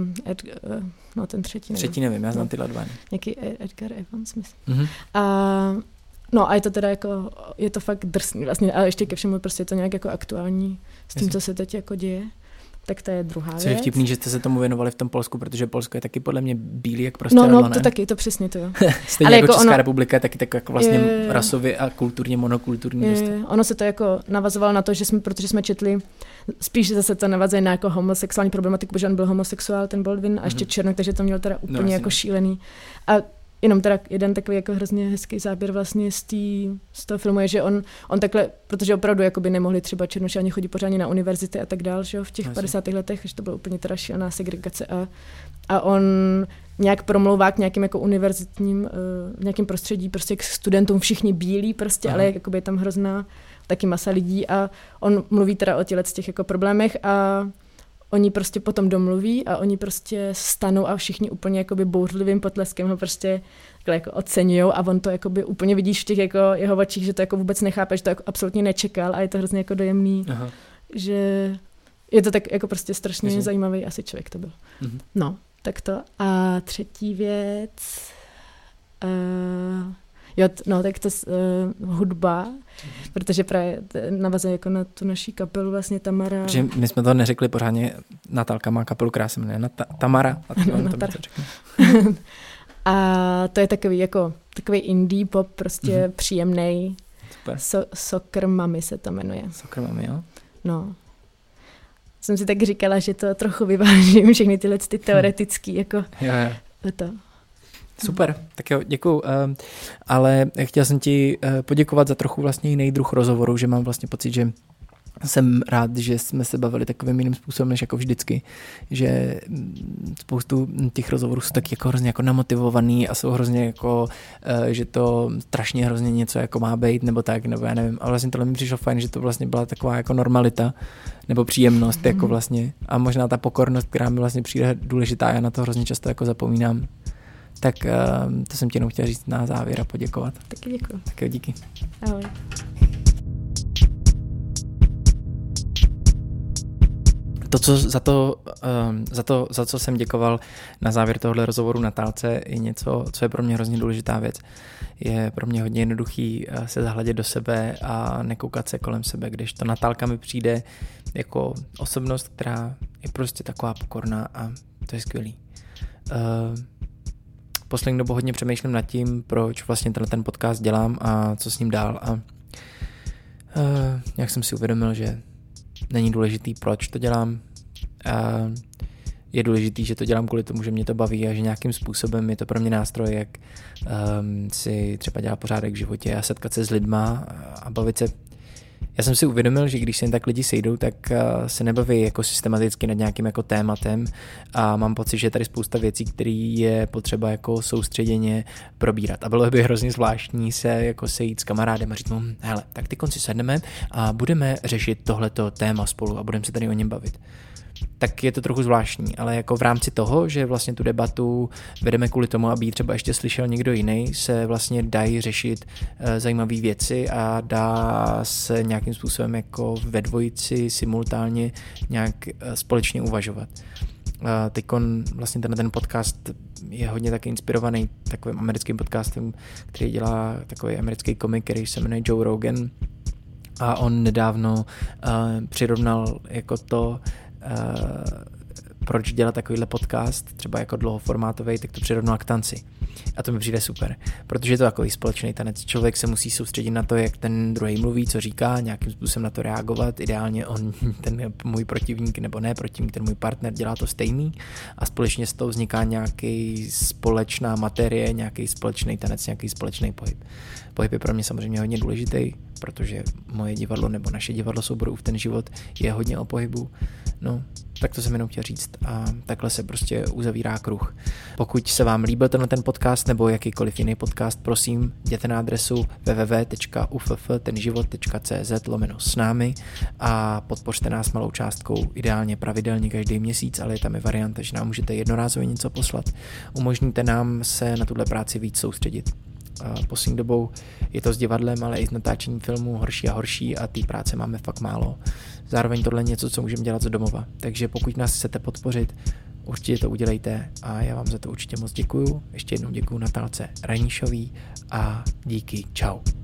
ten třetí nevím. Třetí nevím, já znám tyhle 2. Nějaký Edgar Evans, myslím. A je to teda jako, je to fakt drsný vlastně a ještě ke všemu prostě je to nějak jako aktuální s tím, co se teď jako děje. Tak to je druhá věc. Co je vtipný, že jste se tomu věnovali v tom Polsku, protože Polsko je taky podle mě bílý jak prostě No, to taky, to přesně to jo. Stejně ale jako Česká republika je taky tak jako vlastně rasově a kulturně monokulturní. Ono se to jako navazovalo na to, že protože jsme četli, spíš zase to navazuje na jako homosexuální problematiku, protože on byl homosexuál, ten Baldwin, a ještě černok, takže to měl teda úplně jako šílený. A jenom teda jeden takový jako hrozně hezký záběr vlastně z toho filmu je, že on takhle, protože opravdu jakoby nemohli třeba černoši ani chodit pořádně na univerzity a tak dál, že jo, v těch 50. letech, že to bylo úplně teda šílená segregace a on nějak promlouvá k nějakým jako univerzitním, nějakým prostředí, prostě k studentům všichni bílí prostě, ale jakoby je tam hrozná taky masa lidí a on mluví teda o těch jako problémech a oni prostě potom domluví a oni prostě stanou a všichni úplně jakoby bouřlivým potleskem ho prostě jako oceňujou a on to jakoby úplně vidíš v těch jako jeho očích, že to jako vůbec nechápe, že to jako absolutně nečekal a je to hrozně jako dojemný, že je to tak jako prostě strašně zajímavý asi člověk to byl. No, tak to. A třetí věc, tak to hudba, protože právě navazuje jako na tu naší kapelu vlastně Tamara. Protože my jsme to neřekli pořádně, Natálka má kapelu, která se jmenuje Tamara. A to je takový indie pop, prostě příjemnej. Super. Soccer Mami se to jmenuje. Soccer Mami, jo? No. Jsem si tak říkala, že to trochu vyvážím, všechny tyhle ty teoretický, jako to. Super, tak jo, děkuju. Ale chtěl jsem ti poděkovat za trochu vlastně jiný druh rozhovoru, že mám vlastně pocit, že jsem rád, že jsme se bavili takovým jiným způsobem, než jako vždycky, že spoustu těch rozhovorů jsou taky jako hrozně jako namotivovaný a jsou hrozně jako, že to strašně hrozně něco jako má být, nebo tak, nebo já nevím. A vlastně tohle mi přišlo fajn, že to vlastně byla taková jako normalita, nebo příjemnost, jako vlastně. A možná ta pokornost, která mi vlastně přijde důležitá, já na to hrozně často jako zapomínám. Tak to jsem ti jenom chtěl říct na závěr a poděkovat. Taky děkuji. Tak jo, díky. Ahoj. Za co jsem děkoval na závěr tohohle rozhovoru Natálce, je něco, co je pro mě hrozně důležitá věc. Je pro mě hodně jednoduchý se zahledět do sebe a nekoukat se kolem sebe, když to Natálka mi přijde jako osobnost, která je prostě taková pokorná a to je skvělý. Poslední dobu hodně přemýšlím nad tím, proč vlastně ten podcast dělám a co s ním dál a nějak jsem si uvědomil, že není důležitý, proč to dělám. Je důležitý, že to dělám kvůli tomu, že mě to baví a že nějakým způsobem je to pro mě nástroj, jak si třeba dělat pořádek v životě a setkat se s lidma a bavit se. Já jsem si uvědomil, že když se jen tak lidi sejdou, tak se nebaví jako systematicky nad nějakým jako tématem a mám pocit, že je tady spousta věcí, které je potřeba jako soustředěně probírat. A bylo by hrozně zvláštní se jako sejít s kamarádem a říct mu, hele, tak ty konci sedneme a budeme řešit tohleto téma spolu a budeme se tady o něm bavit. tak je to trochu zvláštní, ale jako v rámci toho, že vlastně tu debatu vedeme kvůli tomu, aby ji třeba ještě slyšel někdo jiný, se vlastně dají řešit zajímavé věci a dá se nějakým způsobem jako ve dvojici simultánně nějak společně uvažovat. Teď vlastně ten podcast je hodně taky inspirovaný takovým americkým podcastem, který dělá takový americký komik, který se jmenuje Joe Rogan, a on nedávno přirovnal jako to, proč dělat takovýhle podcast, třeba jako dlouhoformátový, tak to přirovnal k tanci. A to mi přijde super, protože je to takový společný tanec. Člověk se musí soustředit na to, jak ten druhý mluví, co říká, nějakým způsobem na to reagovat. Ideálně ten můj protivník, nebo ne protivník, ten můj partner dělá to stejný a společně z toho vzniká nějaký společná materie, nějaký společný tanec, nějaký společný pohyb. Pohyb je pro mě samozřejmě hodně důležitý, protože moje divadlo nebo naše divadlo souboru v ten život je hodně o pohybu. No, tak to jsem jenom chtěl říct a takhle se prostě uzavírá kruh. Pokud se vám líbil ten podcast nebo jakýkoliv jiný podcast, prosím, jděte na adresu www.ufftenživot.cz/s-námi a podpořte nás malou částkou, ideálně pravidelně každý měsíc, ale je tam i varianta, že nám můžete jednorázově něco poslat. Umožníte nám se na tuhle práci víc soustředit. Poslední dobou je to s divadlem, ale i s natáčením filmů horší a horší a té práce máme fakt málo. Zároveň tohle je něco, co můžeme dělat z domova. Takže pokud nás chcete podpořit, určitě to udělejte a já vám za to určitě moc děkuju. Ještě jednou děkuju Natálce Raníšový a díky, čau.